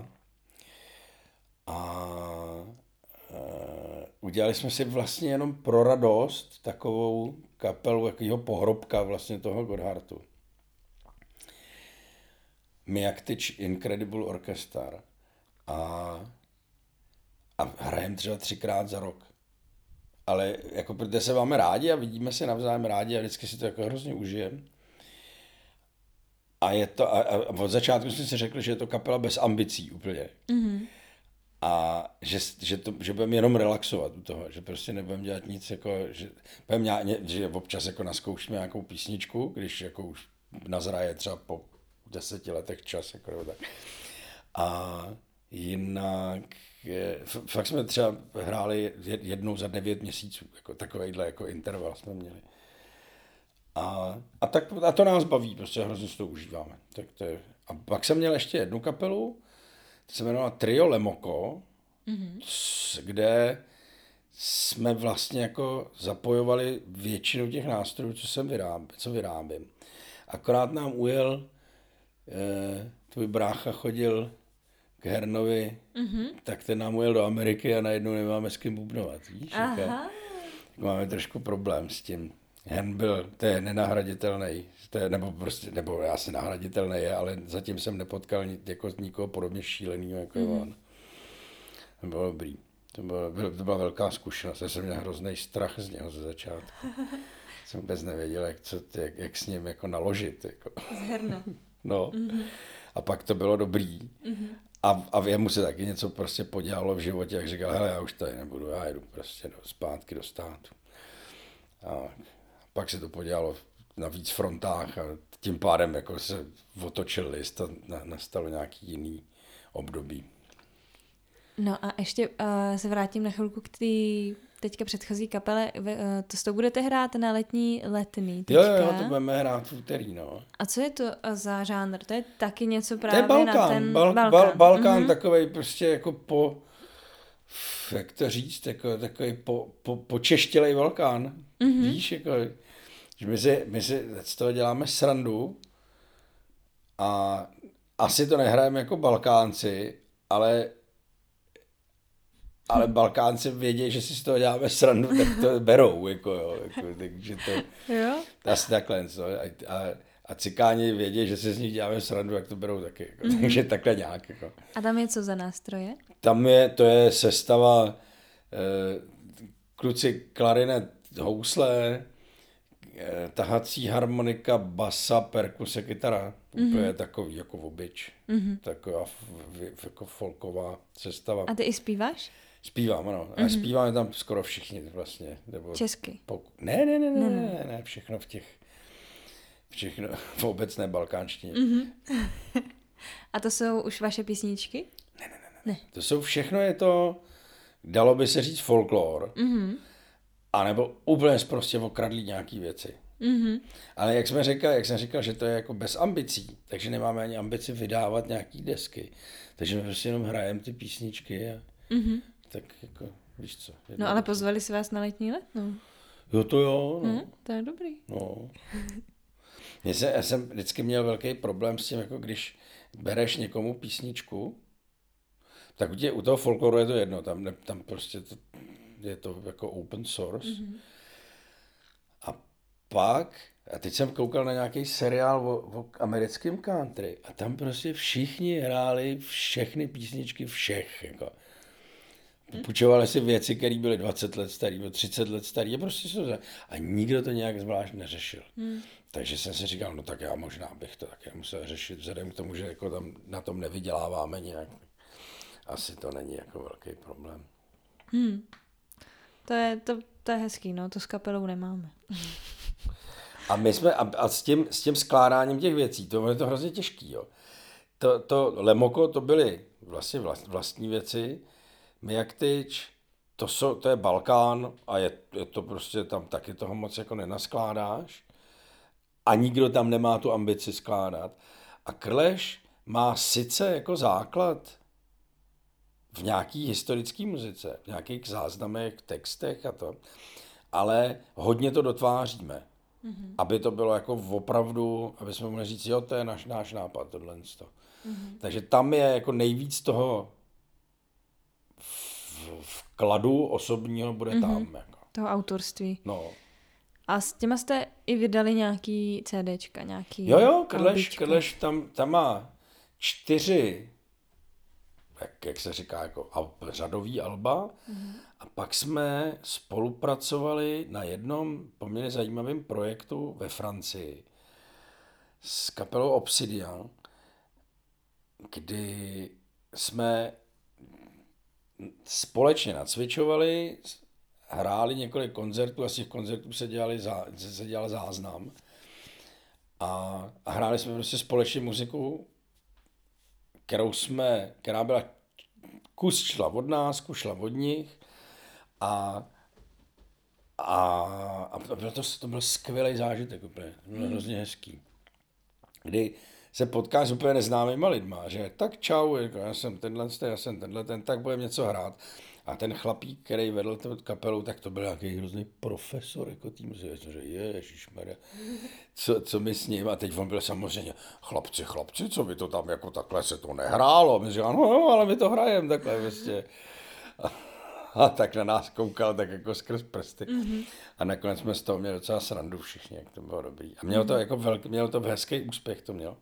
[SPEAKER 2] udělali jsme si vlastně jenom pro radost takovou kapelu, jakýho pohrobka vlastně toho Gotthardtu. Miaktič Incredible Orchestra a hrajeme třeba 3krát za rok. Ale jako protože se máme rádi a vidíme se navzájem rádi a vždycky si to jako hrozně užijeme. A od začátku jsem si řekl, že je to kapela bez ambicí úplně. A že budeme jenom relaxovat u toho, že prostě nebudeme dělat nic, jako, že občas jako naskoušíme nějakou písničku, když jako už nazraje třeba po 10 letech čas. Jako, tak. A jinak, fakt jsme třeba hráli jednou za 9 měsíců, jako takovejhle jako interval jsme měli. A to nás baví, prostě hrozně si to užíváme. A pak jsem měl ještě jednu kapelu, to se jmenovala Trio Lemoko, kde jsme vlastně jako zapojovali většinu těch nástrojů, co vyrábím. Akorát nám ujel, tvůj brácha chodil k Hernovi, tak ten nám ujel do Ameriky a najednou nemáme s kým bubnovat, víš? Máme trošku problém s tím. Hen to je nenahraditelný, nebo asi nahraditelný je, ale zatím jsem nepotkal jako nikoho podobně šílenýho, jako je on. To bylo dobrý. To byla velká zkušenost. Já jsem měl hrozný strach z něho ze začátku. Jsem vůbec nevěděl, jak s ním jako naložit. Jako.
[SPEAKER 1] Z herna.
[SPEAKER 2] No. A pak to bylo dobrý. A jemu se taky něco prostě podělalo v životě, jak říkal, hele, já už tady nebudu, já jdu prostě zpátky do státu. A pak se to podělalo na víc frontách a tím pádem jako se otočil list a nastalo nějaký jiný období.
[SPEAKER 1] No a ještě se vrátím na chvilku k té teďka předchozí kapele. To s tou budete hrát na letní teďka?
[SPEAKER 2] Jo, to budeme hrát v úterý, no.
[SPEAKER 1] A co je to za žánr? To je taky něco právě
[SPEAKER 2] to je Balkán.
[SPEAKER 1] na ten
[SPEAKER 2] Balkán takovej prostě jako jak to říct, jako takový počeštělej Balkán. Víš, jako, že my si z toho děláme srandu a asi to nehrajeme jako Balkánci, ale Balkánci vědí, že si z toho děláme srandu, tak to berou, jako, takže to asi takhle, no, a cikáni vědí, že si z nich děláme srandu, jak to berou taky, jako, takže takhle nějak. Jako.
[SPEAKER 1] A tam je co za nástroje?
[SPEAKER 2] To je sestava kluci klarinet, housle, tahací harmonika, basa, perkuse, kytara. Úplně takový jako obyč. Taková jako folková sestava.
[SPEAKER 1] A ty i zpíváš?
[SPEAKER 2] Zpívám, ano. A zpíváme tam skoro všichni vlastně. Nebo
[SPEAKER 1] Česky?
[SPEAKER 2] Ne, všechno všechno v obecné balkánštině.
[SPEAKER 1] A to jsou už vaše písničky?
[SPEAKER 2] Ne. To jsou všechno, je to, dalo by se říct folklor, anebo úplně prostě okradlí nějaký věci. Ale jak jsem říkal, že to je jako bez ambicí, takže nemáme ani ambici vydávat nějaký desky. Takže my prostě jenom hrajeme ty písničky a tak jako, víš co.
[SPEAKER 1] No ale pozvali si vás na letní Letnou.
[SPEAKER 2] Jo, to jo. No.
[SPEAKER 1] To je dobrý.
[SPEAKER 2] No. Já jsem vždycky měl velký problém s tím, jako když bereš někomu písničku, tak u toho folkloru je to jedno, tam prostě je to jako open source. A teď jsem koukal na nějaký seriál o americkém country a tam prostě všichni hráli všechny písničky všech. Jako. Půjčovali si věci, které byly 20 let starý, nebo 30 let starý a nikdo to nějak zvlášť neřešil. Takže jsem si říkal, no tak já možná bych to také musel řešit, vzhledem k tomu, že jako tam na tom nevyděláváme nějak. Asi to není jako velký problém.
[SPEAKER 1] To je hezký, no, to s kapelou nemáme.
[SPEAKER 2] A my jsme, a s tím skládáním těch věcí, to je to hrozně těžký, jo. To Lemoko, to byly vlastně vlastní věci, My jak tyč, to je Balkán a je to prostě tam taky toho moc jako nenaskládáš a nikdo tam nemá tu ambici skládat. A Krleš má sice jako základ v nějaký historický muzice, v nějakých záznamech, textech a to, ale hodně to dotváříme. Aby to bylo jako opravdu, aby jsme mohli říct, jo, to je náš nápad, tohle. Takže tam je jako nejvíc toho vkladu osobního bude tam. Jako.
[SPEAKER 1] Toho autorství.
[SPEAKER 2] No.
[SPEAKER 1] A s těma jste i vydali nějaký CDčka, nějaký
[SPEAKER 2] Jo, Krleš tam má 4, jak se říká, jako řadový alba. A pak jsme spolupracovali na jednom poměrně zajímavém projektu ve Francii s kapelou Obsidian, kdy jsme společně nacvičovali, hráli několik koncertů a z těch koncertů se dělal záznam. A hráli jsme prostě společně muziku, která byla kus šla od nás, kus šla od nich. A to byl skvělý zážitek úplně, to bylo hrozně hezký. Kdy se potkáš s úplně neznámýma lidma, že tak čau, jako já jsem tenhle, tak budeme něco hrát. A ten chlapík, který vedl tu kapelu, tak to byl nějaký hrozný profesor, jako tým, že ježišmarja, co my s ním, a teď on byl samozřejmě, chlapci, co vy to tam, jako takhle se to nehrálo, my říkali, no, ale my to hrajeme takhle vlastně. A tak na nás koukal tak jako skrz prsty. A nakonec jsme z toho měli docela srandu všichni, jak to bylo dobrý. A mělo to jako mělo to hezký úspěch, to mělo.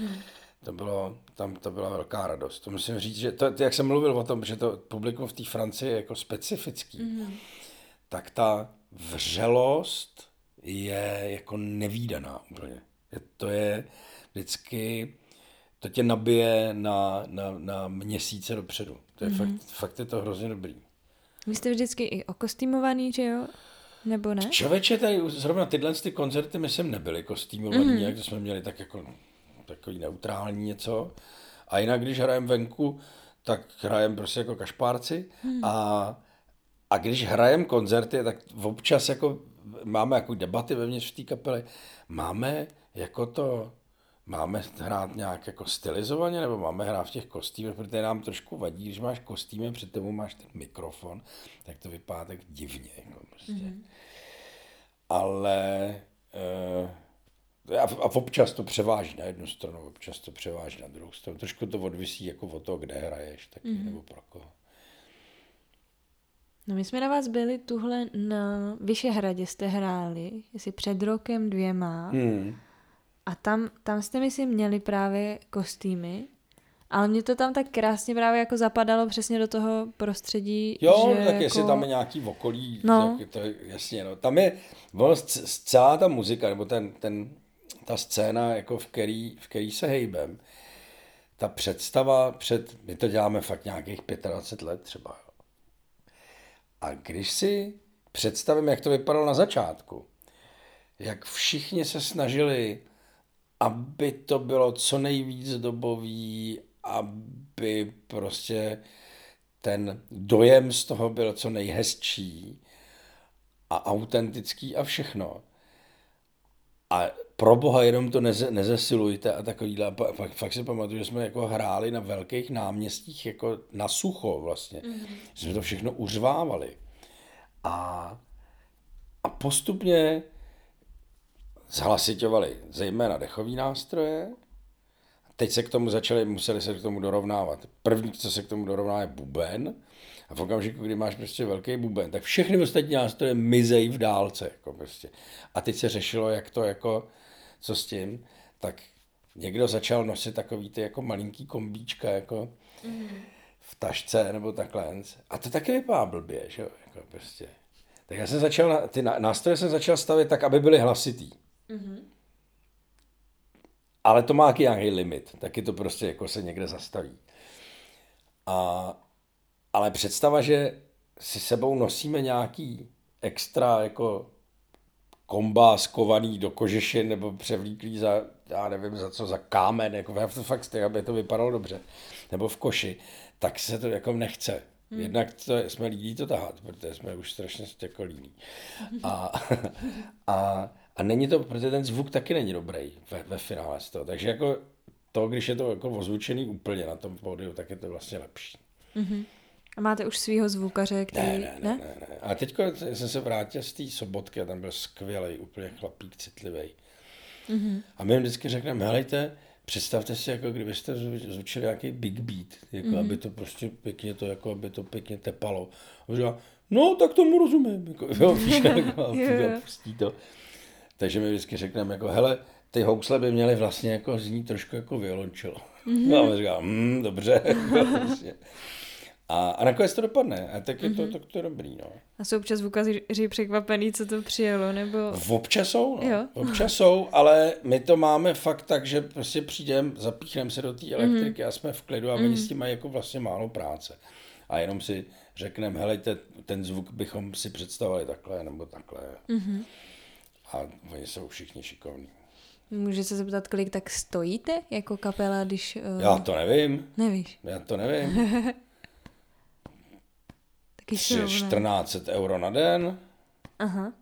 [SPEAKER 2] To byla velká radost. To musím říct, že jak jsem mluvil o tom, že to publikum v té Francii je jako specifický, tak ta vřelost je jako nevídaná úplně. To je vždycky, to tě nabije na měsíce dopředu. To je fakt je to hrozně dobrý.
[SPEAKER 1] Vy jste vždycky i okostýmovaný, že jo? Nebo ne?
[SPEAKER 2] Člověče, tady zrovna tyhle koncerty my jsme nebyli kostýmovaní, jak to jsme měli tak jako takový neutrální něco. A jinak, když hrajeme venku, tak hrajeme prostě jako kašpárci. A když hrajeme koncerty, tak občas jako máme jako debaty vevnitř v té kapely. Máme hrát nějak jako stylizovaně, nebo máme hrát v těch kostýmech, protože nám trošku vadí, když máš kostýmy, před tebou máš ten mikrofon, tak to vypadá tak divně. Jako prostě. Ale a občas to převáží na jednu stranu, občas to převáží na druhou stranu. Trošku to odvisí jako od toho, kde hraješ, taky, nebo pro koho.
[SPEAKER 1] No my jsme na vás byli tuhle na Vyšehradě jste hráli, jestli před rokem 2. A tam jste, myslím, měli právě kostýmy Ale mě to tam tak krásně právě jako zapadalo přesně do toho prostředí.
[SPEAKER 2] Jo,
[SPEAKER 1] že
[SPEAKER 2] tak
[SPEAKER 1] jako...
[SPEAKER 2] jestli tam je nějaký v okolí,
[SPEAKER 1] No.
[SPEAKER 2] tak to je jasně, no. Tam je celá ta muzika, nebo ta scéna, jako v který se hejbem, ta představa my to děláme fakt nějakých 25 let třeba. A když si představím, jak to vypadalo na začátku, jak všichni se snažili, aby to bylo co nejvíc dobový, aby prostě ten dojem z toho byl co nejhezčí a autentický a všechno. A pro boha jenom to nezesilujte a takovýhle. A fakt si pamatuju, že jsme jako hráli na velkých náměstích jako na sucho vlastně. Jsme to všechno uřvávali. A postupně zhlasiťovali zejména dechové nástroje. Teď se k tomu museli se k tomu dorovnávat. První, co se k tomu dorovná, je buben. A v okamžiku, kdy máš prostě velký buben, tak všechny ostatní nástroje mizejí v dálce. Jako prostě. A teď se řešilo, jak to jako, co s tím, tak někdo začal nosit takový ty jako malinký kombíčka, jako v tašce nebo takhle. A to taky vypadá blbě, že jo, jako prostě. Tak já jsem začal, ty nástroje jsem začal stavět tak, aby byly hlasitý. Ale to má taky nějaký limit, taky to prostě jako se někde zastaví. Ale představa, že si sebou nosíme nějaký extra jako kombás kovaný do kožeši nebo převlíklý za, já nevím za co, za kámen, jako to fakt, aby to vypadalo dobře, nebo v koši, tak se to jako nechce. Jednak jsme líbí to tahat, protože jsme už strašně jako líní. A není to, protože ten zvuk taky není dobrý ve finále z toho. Takže jako to, když je to jako ozvučený úplně na tom pódiu, tak je to vlastně lepší.
[SPEAKER 1] A máte už svýho zvukaře, který...
[SPEAKER 2] Ne. A teď jsem se vrátil z té Sobotky a tam byl skvělej, úplně chlapík, citlivý. A my jim vždycky řekneme, helejte, představte si, jako kdybyste zvučili nějaký big beat, jako aby to prostě pěkně to, jako aby to pěkně tepalo. A říká, no, tak tomu rozumím. Jako, jo, pustí to. Takže my vždycky řekneme, jako, hele, ty housle by měly vlastně jako znít trošku jako violončelo. A my říkáme, dobře. A nakonec to dopadne. A tak je to je dobrý. No.
[SPEAKER 1] A jsou občas zvukaři překvapený, co to přijelo? Nebo...
[SPEAKER 2] Občas jsou, no.
[SPEAKER 1] Jo.
[SPEAKER 2] Občas jsou, ale my to máme fakt tak, že prostě přijdeme, zapíchneme se do té elektriky a jsme v klidu a oni s tím mají jako vlastně málo práce. A jenom si řekneme, helejte, ten zvuk bychom si představili takhle nebo takhle. A oni jsou všichni šikovní.
[SPEAKER 1] Můžete se zeptat, kolik tak stojíte jako kapela, když...
[SPEAKER 2] Já to nevím.
[SPEAKER 1] Nevíš?
[SPEAKER 2] Já to nevím. 1400 € na den.
[SPEAKER 1] Aha.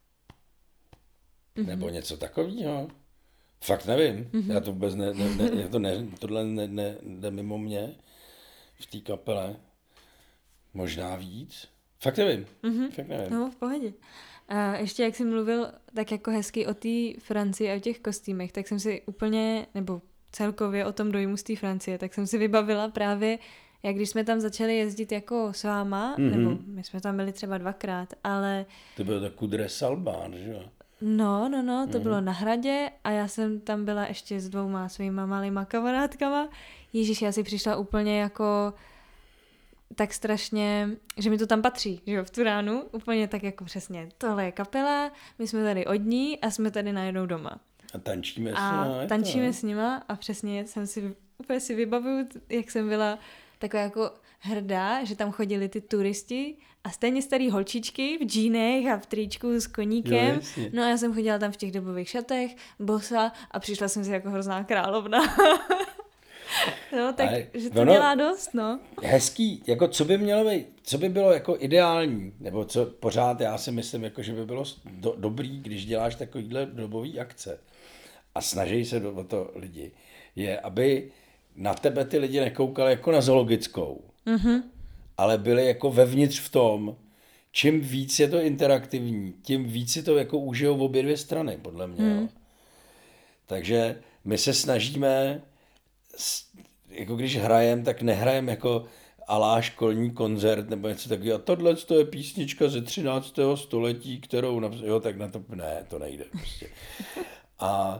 [SPEAKER 2] Nebo něco takového. Fakt nevím. Já to vůbec tohle jde mimo mě v té kapele. Možná víc. Fakt nevím. Fakt nevím.
[SPEAKER 1] No, v pohodě. A ještě jak jsi mluvil tak jako hezky o té Francii a o těch kostýmech, tak jsem si úplně, nebo celkově o tom dojmu z té Francie, tak jsem si vybavila právě, jak když jsme tam začali jezdit jako s váma, nebo my jsme tam byli třeba 2krát, ale...
[SPEAKER 2] To bylo to Kudre Salbán, že jo?
[SPEAKER 1] No, to bylo na Hradě a já jsem tam byla ještě s 2 svýma malýma kamarádkama. Ježíš, já si přišla úplně jako tak strašně, že mi to tam patří, že jo, v tu ránu, úplně tak jako přesně, tohle je kapela, my jsme tady od ní a jsme tady najednou doma.
[SPEAKER 2] A tančíme
[SPEAKER 1] s nima a přesně jsem si, úplně si vybavuju, jak jsem byla taková jako hrdá, že tam chodili ty turisti a stejně starý holčičky v džínech a v tričku s koníkem.
[SPEAKER 2] Jo,
[SPEAKER 1] no a já jsem chodila tam v těch dobových šatech, bosa a přišla jsem si jako hrozná královna. No, tak, že to dělá dost, no.
[SPEAKER 2] Hezký, jako co by bylo jako ideální, nebo co pořád já si myslím, jako že by bylo dobrý, když děláš takovýhle dobový akce a snaží se o to lidi, je, aby na tebe ty lidi nekoukali jako na zoologickou, ale byli jako vevnitř v tom, čím víc je to interaktivní, tím víc si to jako užijou v obě dvě strany, podle mě. Jo. Takže my se snažíme, jako když hrajeme, tak nehrajeme jako alá školní koncert nebo něco takového. Tohle je písnička ze 13. století, kterou... Jo, tak na to... Ne, to nejde prostě. A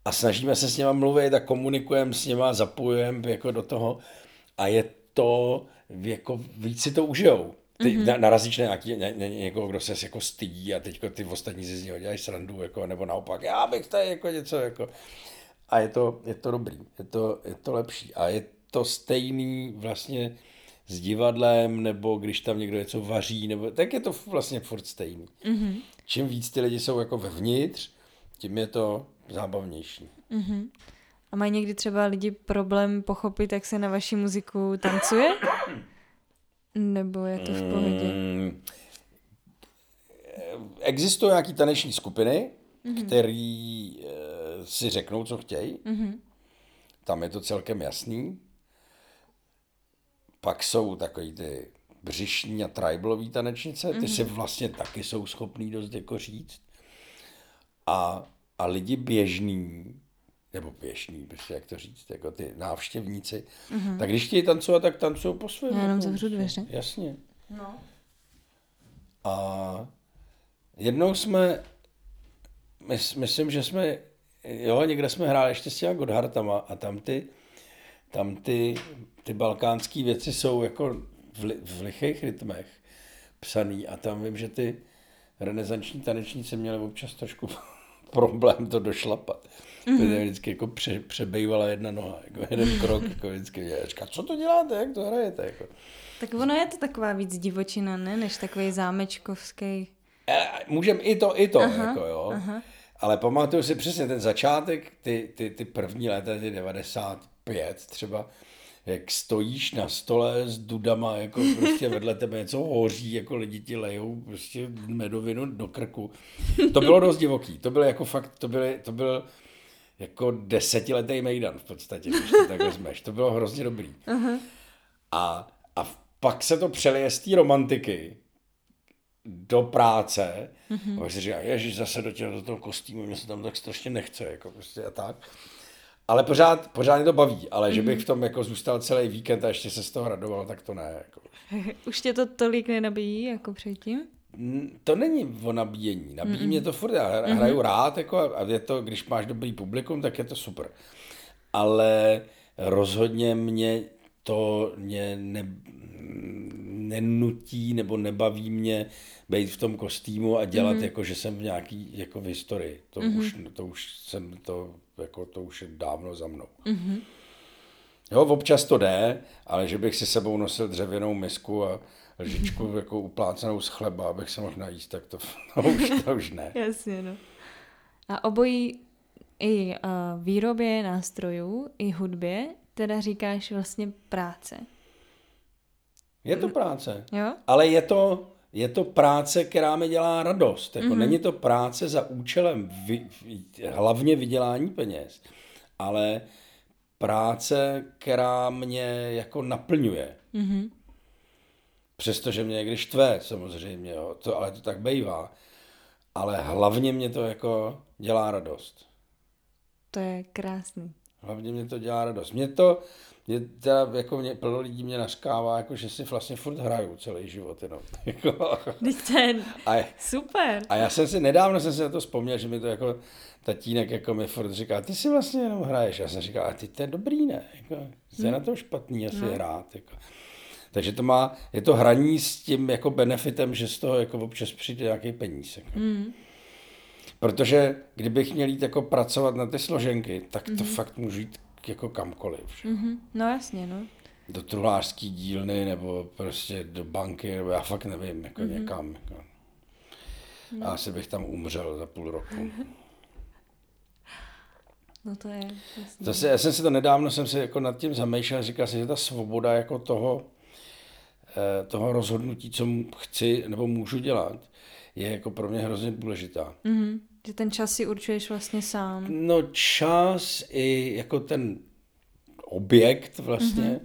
[SPEAKER 2] a snažíme se s něma mluvit a komunikujeme s něma, zapojujeme jako do toho a je to, jako víc si to užijou. Ty narazíš na někoho, kdo se jako stydí a teďko ty ostatní si z něho dělají srandu, jako, nebo naopak, já bych tady jako něco, jako. A je to dobrý, je to lepší. A je to stejný vlastně s divadlem, nebo když tam někdo něco vaří, nebo tak je to vlastně furt stejný. Čím víc ty lidi jsou jako vevnitř, tím je to zábavnější.
[SPEAKER 1] A mají někdy třeba lidi problém pochopit, jak se na vaši muziku tancuje? Nebo je to v pohodě?
[SPEAKER 2] Existují nějaké taneční skupiny, který si řeknou, co chtějí. Tam je to celkem jasný. Pak jsou takový ty břišní a tribalový tanečnice, ty si vlastně taky jsou schopný dost jako říct. A lidi běžní, nebo běžní, prostě jak to říct, jako ty návštěvníci, tak když chtějí tancovat, tak tancují po svém.
[SPEAKER 1] Já jenom zavřu dveře.
[SPEAKER 2] Jasně.
[SPEAKER 1] No.
[SPEAKER 2] A jednou myslím, že jsme, někde jsme hráli ještě s těma Godhartama a tam ty balkánský věci jsou jako v lichých rytmech psaný a tam vím, že ty renesanční tanečníci měli občas trošku problém to došlapat. Protože vždycky jako přebejvala jedna noha, jako jeden krok, jako vždycky říká, co to děláte, jak to hrajete? Jako.
[SPEAKER 1] Tak ono je to taková víc divočina, ne? Než takový zámečkovský.
[SPEAKER 2] Můžem i to, jako jo. Ale pamatuju si přesně ten začátek, ty první léta, ty 95 třeba, jak stojíš na stole s dudama, jako prostě vedle tebe něco hoří, jako lidi ti lejou prostě medovinu do krku. To bylo dost divoký, to bylo jako fakt, to byl jako 10letý mejdan v podstatě, když to tak vezmeš. To bylo hrozně dobrý. A pak se to přelije z té romantiky do práce. A pak si říká, ježiš, zase do toho kostýmu, mě se tam tak strašně nechce, jako prostě a tak. Ale pořád mě to baví, ale že bych v tom jako zůstal celý víkend a ještě se z toho radoval, tak to ne. Jako.
[SPEAKER 1] Už tě to tolik nenabíjí jako předtím?
[SPEAKER 2] To není o nabíjení. Nabíjí mě to furt, já hraju rád jako, a je to, když máš dobrý publikum, tak je to super. Ale rozhodně mě to nenutí nebo nebaví mě být v tom kostýmu a dělat jako, že jsem v nějaký jako v historii. To už je dávno za mnou. Jo, občas to jde, ale že bych si sebou nosil dřevěnou misku a lžičku jako uplácenou z chleba, abych se mohl najíst, tak to už ne.
[SPEAKER 1] Jasně, no. A obojí i výrobě nástrojů, i hudbě, teda říkáš vlastně práce.
[SPEAKER 2] Je to práce,
[SPEAKER 1] jo?
[SPEAKER 2] Ale je to práce, která mi dělá radost. Jako není to práce za účelem hlavně vydělání peněz, ale práce, která mě jako naplňuje. Přestože mě někdy štve, samozřejmě, jo, ale to tak bývá. Ale hlavně mě to jako dělá radost.
[SPEAKER 1] To je krásný.
[SPEAKER 2] Hlavně mě to dělá radost. Plno lidí mě nařkává, jako, že si vlastně furt hraju celý život. Jenom.
[SPEAKER 1] Super.
[SPEAKER 2] A nedávno jsem si na to vzpomněl, že mi to jako tatínek jako mi furt říká, ty si vlastně jenom hraješ. Já jsem říkal, a ty to je dobrý, ne? Jako, je na to špatný asi hrát. Jako. Takže je to hraní s tím jako benefitem, že z toho jako občas přijde nějaký peníz. Jako. Protože kdybych měl jít jako pracovat na ty složenky, tak to fakt můžu jít jako kamkoliv.
[SPEAKER 1] No jasně, no.
[SPEAKER 2] Do truhlářský dílny, nebo prostě do banky, nebo já fakt nevím, jako někam. Jako. No. A asi bych tam umřel za půl roku.
[SPEAKER 1] No to je jasný.
[SPEAKER 2] Já jsem si to nedávno jako nad tím zamýšlel, říkal jsem, že ta svoboda jako toho rozhodnutí, co chci nebo můžu dělat, je jako pro mě hrozně důležitá.
[SPEAKER 1] Že ten čas si určuješ vlastně sám.
[SPEAKER 2] No čas i jako ten objekt vlastně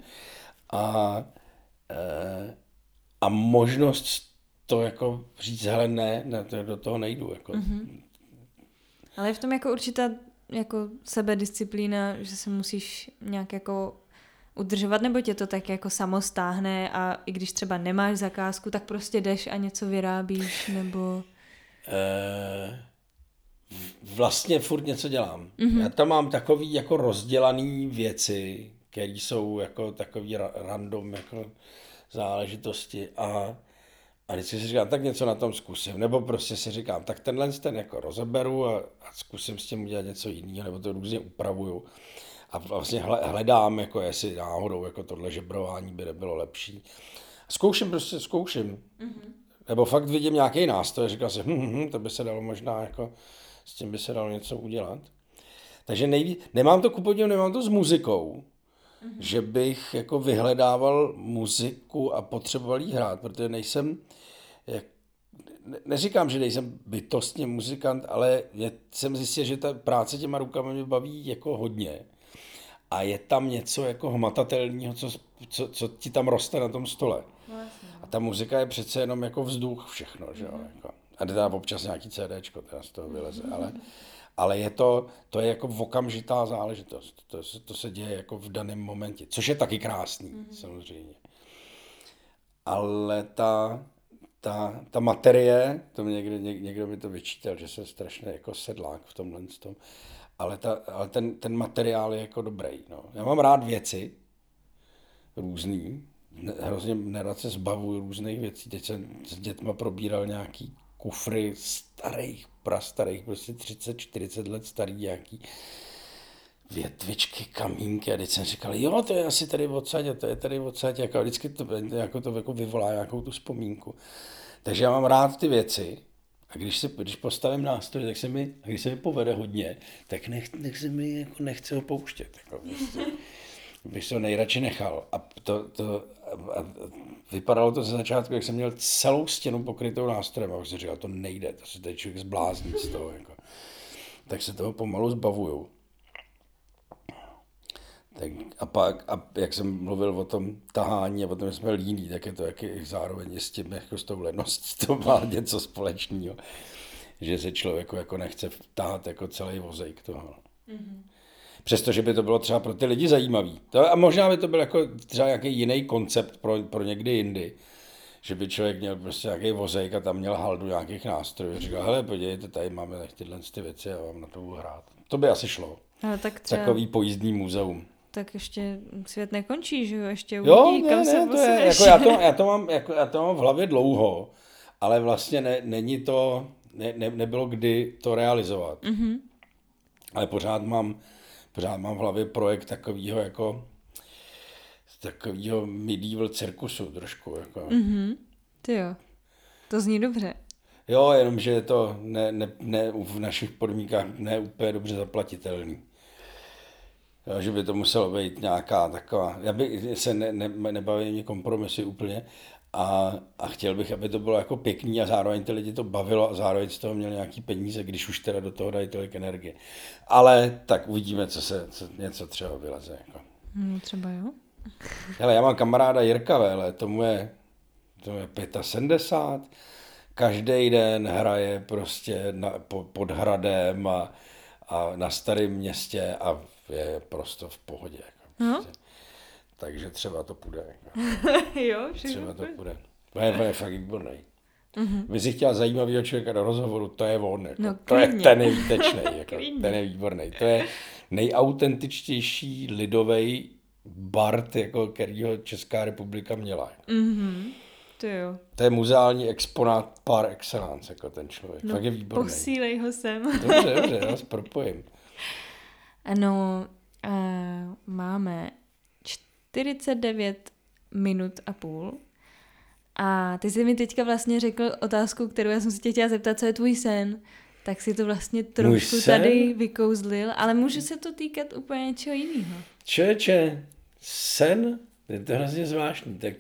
[SPEAKER 2] a možnost to jako říct, hele ne, do toho nejdu. Jako.
[SPEAKER 1] Ale je v tom jako určitá jako sebedisciplína, že se musíš nějak jako udržovat, nebo tě to tak jako samo stáhne a i když třeba nemáš zakázku, tak prostě jdeš a něco vyrábíš, nebo...
[SPEAKER 2] vlastně furt něco dělám. Já tam mám takový jako rozdělaný věci, které jsou jako takový random jako záležitosti a vždycky si říkám, tak něco na tom zkusím, nebo prostě si říkám, tak ten jako rozeberu a zkusím s tím udělat něco jiného, nebo to různě upravuju. A vlastně hledám, jako jestli náhodou jako tohle žebrování by nebylo lepší. Zkouším. Nebo fakt vidím nějaký nástroj a říkám si, to by se dalo možná, jako s tím by se dalo něco udělat. Takže nemám to s muzikou, že bych jako vyhledával muziku a potřeboval jí hrát, protože neříkám, že nejsem bytostně muzikant, ale jsem zjistil, že ta práce těma rukama mě baví jako hodně. A je tam něco jako hmatatelného, co ti tam roste na tom stole. A ta muzika je přece jenom jako vzduch všechno, že jo. Jako. A teda občas nějaký CDčko, teda z toho vyleze, ale to je jako okamžitá záležitost. To se děje jako v daném momentě, což je taky krásný, samozřejmě. Ale ta materie, to někdo mi to vyčítal, že jsem strašně jako sedlák v tomhle tom, ale ten materiál je jako dobrý. No. Já mám rád věci různý, hrozně nerad se zbavuju různých věcí. Teď jsem s dětma probíral nějaký kufry prastarých, prostě 30-40 let starý, nějaký větvičky, kamínky a teď jsem říkal, jo, to je asi tady odsaď a to je tady odsaď, jako vždycky to jako vyvolá nějakou tu vzpomínku. Takže já mám rád ty věci a když postavím nástroj, když se mi povede hodně, tak nechci ho pouštět. Jako, bych se ho nejradši nechal. A vypadalo to ze začátku, jak jsem měl celou stěnu pokrytou nástrojem a jsem říkal, to nejde, to se tady člověk zblázní z toho. Jako. Tak se toho pomalu zbavuju. Tak a jak jsem mluvil o tom tahání a o tom, že jsme líní, tak je to zároveň s tím, jako s tou leností, to má něco společného. Že se člověku jako nechce tahat jako celý vozejk toho. Přestože by to bylo třeba pro ty lidi zajímavý. A možná by to byl jako třeba nějaký jiný koncept pro někdy jindy. Že by člověk měl prostě nějaký vozejk a tam měl haldu nějakých nástrojů. Říkal, hele, podívejte, tady máme tyhle věci a vám na to budu hrát. To by asi šlo.
[SPEAKER 1] Ale tak třeba...
[SPEAKER 2] Takový pojízdný muzeum.
[SPEAKER 1] Tak ještě svět nekončí, že jo? Ještě uvidí, kam se posuneš.
[SPEAKER 2] Já to mám v hlavě dlouho, ale vlastně nebylo kdy to realizovat. Ale pořád mám v hlavě projekt takového medieval cirkusu trošku. Jako.
[SPEAKER 1] Ty jo, to zní dobře.
[SPEAKER 2] Jo, jenomže je to v našich podmínkách ne úplně dobře zaplatitelný. Jo, že by to muselo být nějaká taková, já bych se nebavil mě kompromisy úplně a chtěl bych, aby to bylo jako pěkný a zároveň ty lidi to bavilo a zároveň z toho měl nějaký peníze, když už teda do toho dají tolik energie. Ale tak uvidíme, co něco třeba vyleze. Jako.
[SPEAKER 1] Třeba jo.
[SPEAKER 2] Hele, já mám kamaráda Jirka Véle, tomu je 75, každý den hraje prostě pod hradem a na Starém Městě a je prostě v pohodě. Jako, prostě. Takže třeba to půjde. Jako.
[SPEAKER 1] Jo,
[SPEAKER 2] třeba to půjde. To je fakt výborný. Vy si chtěla zajímavého člověka do rozhovoru, to je on. Jako. To je ten výtečný. Jako. Ten je výborný. To je nejautentičtější lidovej bard, jako, kterýho Česká republika měla.
[SPEAKER 1] To jo.
[SPEAKER 2] To je muzeální exponát par excellence, jako ten člověk. Fakt je výborný.
[SPEAKER 1] Posílej ho sem.
[SPEAKER 2] Dobře, já se propojím.
[SPEAKER 1] Ano, máme 49 minut a půl. A ty jsi mi teďka vlastně řekl otázku, kterou já jsem si tě chtěla zeptat, co je tvůj sen. Tak si to vlastně trošku tady vykouzlil, ale může se to týkat úplně něčeho jiného.
[SPEAKER 2] Člověče, sen, je to hrozně zvláštní, tak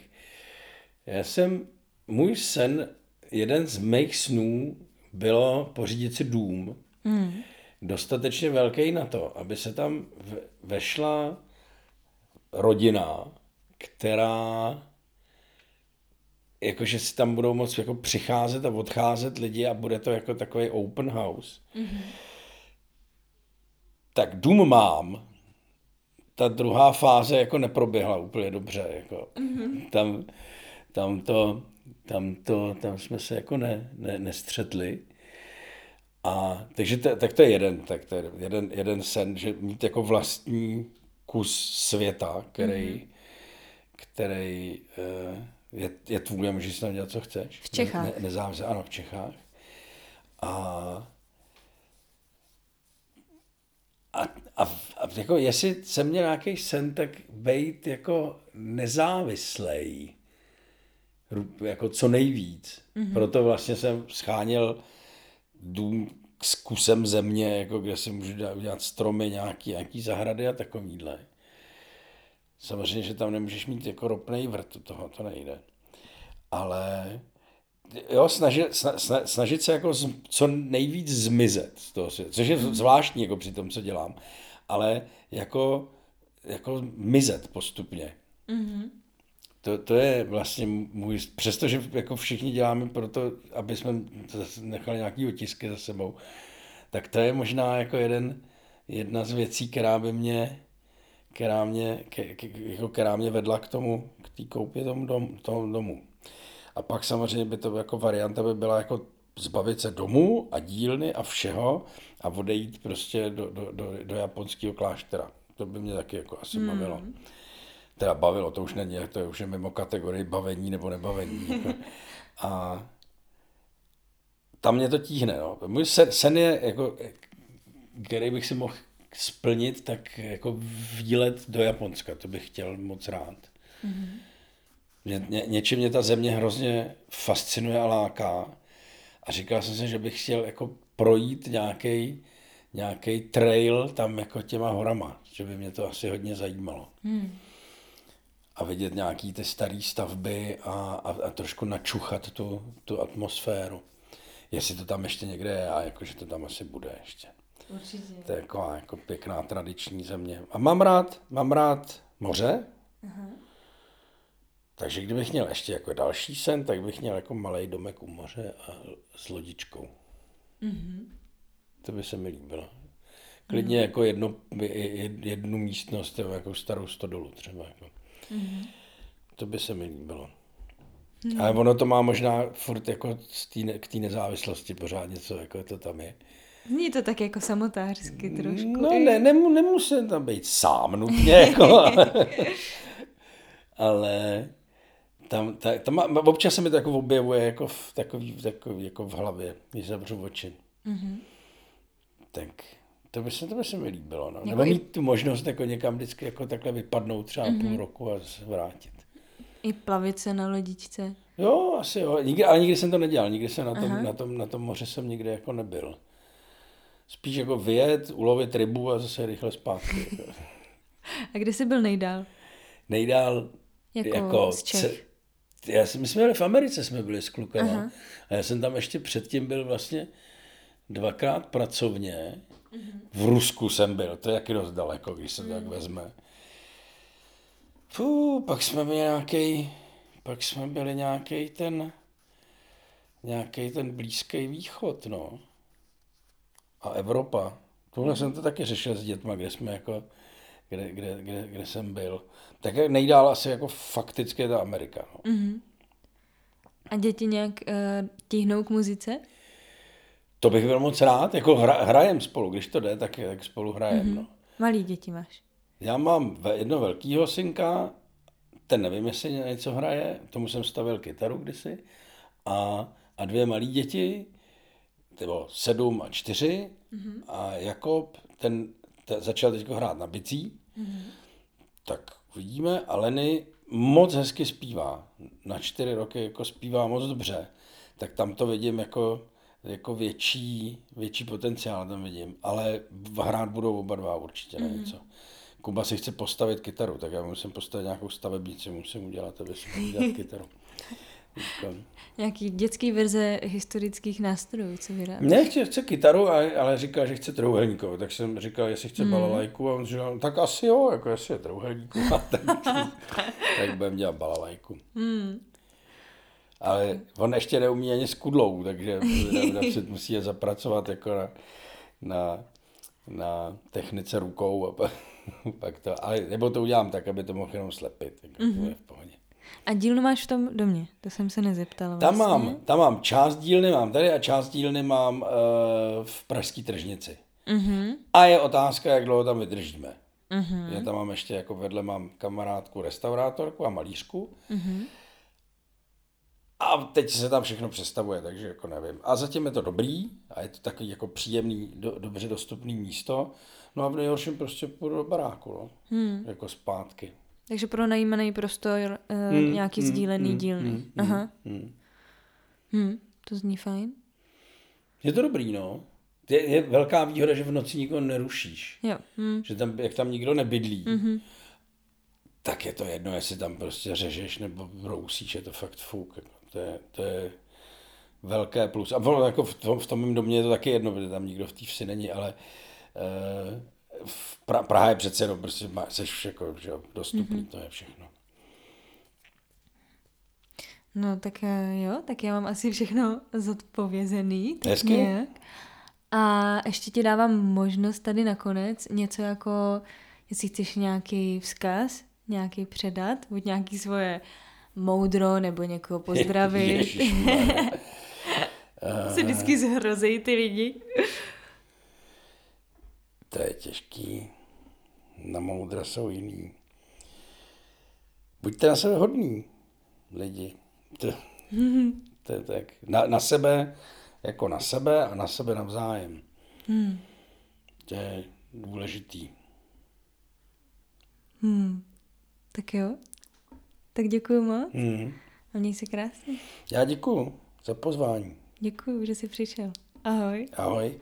[SPEAKER 2] můj sen, jeden z mých snů bylo pořídit si dům, dostatečně velký na to, aby se tam vešla rodina, která jakože si tam budou moct jako přicházet a odcházet lidi a bude to jako takový open house. Tak dům mám, ta druhá fáze jako neproběhla úplně dobře. Jako. Tam jsme se jako nestřetli. Takže tak to je jeden sen, že mít jako vlastní kus světa, který je tvůj a můžeš si tam dělat, co chceš.
[SPEAKER 1] V Čechách.
[SPEAKER 2] Nezávisle, ano, v Čechách. A jako jestli jsem měl nějaký sen, tak být jako nezávislej, jako co nejvíc. Proto vlastně jsem scháněl dům s kusem země, jako kde si můžu udělat stromy, nějaký zahrady a takovýhle. Samozřejmě, že tam nemůžeš mít jako ropnej vrt, to nejde. Ale jo, snažit se jako co nejvíc zmizet z toho světa, což je zvláštní jako při tom, co dělám, ale jako mizet postupně. To je vlastně můj, přestože jako všichni děláme proto, aby jsme nechali nějaký otisky za sebou, tak to je možná jako jedna z věcí, která mě vedla k té koupě tomu domu. A pak samozřejmě by to jako varianta by byla jako zbavit se domu a dílny a všeho a odejít prostě do japonského kláštera. To by mě taky jako asi bavilo. Teda bavilo, to už není, to už je mimo kategorii bavení nebo nebavení. Jako. A tam mě to tíhne. No. Můj sen je, jako, který bych si mohl splnit, tak jako výlet do Japonska. To bych chtěl moc rád. Něčím mě ta země hrozně fascinuje a láká. A říkal jsem si, že bych chtěl jako projít nějaký trail tam jako těma horama. Že by mě to asi hodně zajímalo. A vidět nějaký ty staré stavby a trošku načuchat tu atmosféru. Jestli to tam ještě někde je a jakože to tam asi bude ještě.
[SPEAKER 1] Určitě.
[SPEAKER 2] To je jako pěkná tradiční země. A mám rád moře. Takže kdybych měl ještě jako další sen, tak bych měl jako malej domek u moře a s lodičkou. To by se mi líbilo. Klidně jako jednu místnost, jako starou stodolu třeba. Jako. To by se mi líbilo. Ale ono to má možná furt jako k té nezávislosti pořád něco, jako to tam je.
[SPEAKER 1] Zní to tak jako samotářsky trošku.
[SPEAKER 2] No nemusím tam být sám nutně, jako, ale tam občas se mi to jako objevuje jako takový jako v hlavě, když zavřu oči. Tak to by se mi líbilo. No. Nebo mít tu možnost jako někam vždycky jako takhle vypadnout třeba půl roku a se vrátit.
[SPEAKER 1] I plavit se na lodičce.
[SPEAKER 2] Jo, asi jo. Ale nikdy jsem to nedělal. Nikdy jsem na tom moře jsem nikdy jako nebyl. Spíš jako vyjet, ulovit rybu a zase rychle zpátky.
[SPEAKER 1] A kde jsi byl nejdál?
[SPEAKER 2] Nejdál
[SPEAKER 1] jako z Čech.
[SPEAKER 2] My jsme byli v Americe, jsme byli s klukama. A já jsem tam ještě předtím byl vlastně 2krát pracovně. V Rusku jsem byl, to je jaký dost daleko, když se to tak vezme. Pak jsme byli nějaký ten Blízký východ, no. A Evropa. Tohle jsem to taky řešil s dětma, kde jsem byl. Tak nejdál asi jako fakticky je ta Amerika. No.
[SPEAKER 1] A děti nějak tíhnou k muzice?
[SPEAKER 2] To bych byl moc rád, jako hrajem spolu, když to jde, tak spolu hrajem. No.
[SPEAKER 1] Malý děti máš?
[SPEAKER 2] Já mám jedno velkýho synka, ten nevím, jestli něco hraje, tomu jsem stavil kytaru kdysi, a 2 malí děti, bylo 7 a 4, a Jakob, ten začal teď hrát na bicí, tak uvidíme, a Lenny moc hezky zpívá, na 4 roky jako zpívá moc dobře, tak tam to vidím jako větší potenciál tam vidím, ale hrát budou oba dva určitě na něco. Kuba si chce postavit kytaru, tak já musím postavit nějakou stavebnici, musím udělat, aby si mohl dělat kytaru.
[SPEAKER 1] Nějaký dětský verze historických nástrojů, co vyrábíš?
[SPEAKER 2] Ne, chce kytaru, ale říkal, že chce trouhelníkovou, tak jsem říkal, jestli chce balalajku, a on říkal, tak asi jo, jako jestli je trouhelníková, tak budeme dělat balalajku. Ale on ještě neumí ani s kudlou, takže musí je zapracovat jako na technice rukou a pak to, ale nebo to udělám tak, aby to mohl jenom slepit, tak to je v pohodě.
[SPEAKER 1] A dílnu máš v tom domě? To jsem se nezeptala
[SPEAKER 2] vlastně. Tam mám část dílny mám tady a část dílny mám v pražské tržnici. A je otázka, jak dlouho tam vydržíme. Já tam mám ještě jako vedle mám kamarádku, restaurátorku a malířku. A teď se tam všechno přestavuje, takže jako nevím. A zatím je to dobrý a je to takový jako příjemný, dobře dostupný místo. No a v nejhorším prostě půjdu do baráku, no. Jako zpátky.
[SPEAKER 1] Takže pronajímaný prostor, nějaký sdílený dílny. To zní fajn.
[SPEAKER 2] Je to dobrý, no. Je velká výhoda, že v noci nikoho nerušíš.
[SPEAKER 1] Jo.
[SPEAKER 2] Že tam, jak tam nikdo nebydlí, tak je to jedno, jestli tam prostě řežeš nebo brousíš, je to fakt fuk. To je velké plus. A jako v tom mém domě je to taky jedno, protože tam nikdo v té vsi není, ale Praha je přece jenom, prostě seš jako, že dostupný, to je všechno.
[SPEAKER 1] No tak jo, tak já mám asi všechno zodpovězený.
[SPEAKER 2] Hezky.
[SPEAKER 1] Nějak. A ještě ti dávám možnost tady nakonec něco jako, jestli chceš nějaký vzkaz, nějaký předat, buď nějaký svoje moudro, nebo někoho pozdravit. Se vždycky zhrozejí ty lidi.
[SPEAKER 2] To je těžký. Na moudra jsou jiný. Buďte na sebe hodný, lidi. To je tak. Na sebe, jako na sebe a na sebe navzájem. To je důležitý.
[SPEAKER 1] Tak jo. Tak děkuju moc. A měj se krásně.
[SPEAKER 2] Já děkuju za pozvání.
[SPEAKER 1] Děkuju, že jsi přišel. Ahoj.
[SPEAKER 2] Ahoj.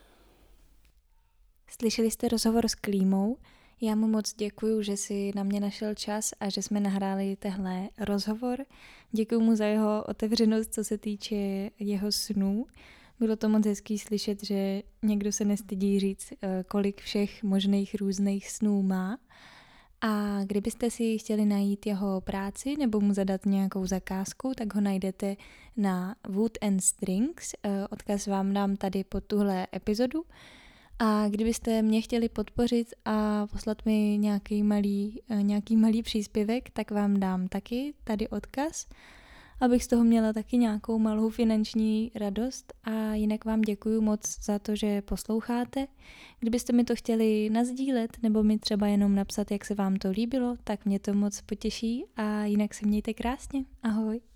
[SPEAKER 1] Slyšeli jste rozhovor s Klímou? Já mu moc děkuju, že si na mě našel čas a že jsme nahráli tehle rozhovor. Děkuju mu za jeho otevřenost, co se týče jeho snů. Bylo to moc hezký slyšet, že někdo se nestydí říct, kolik všech možných různých snů má. A kdybyste si chtěli najít jeho práci nebo mu zadat nějakou zakázku, tak ho najdete na Wood and Strings. Odkaz vám dám tady pod tuhle epizodu. A kdybyste mě chtěli podpořit a poslat mi nějaký malý příspěvek, tak vám dám taky tady odkaz, abych z toho měla taky nějakou malou finanční radost. A jinak vám děkuju moc za to, že posloucháte. Kdybyste mi to chtěli nasdílet nebo mi třeba jenom napsat, jak se vám to líbilo, tak mě to moc potěší a jinak se mějte krásně. Ahoj.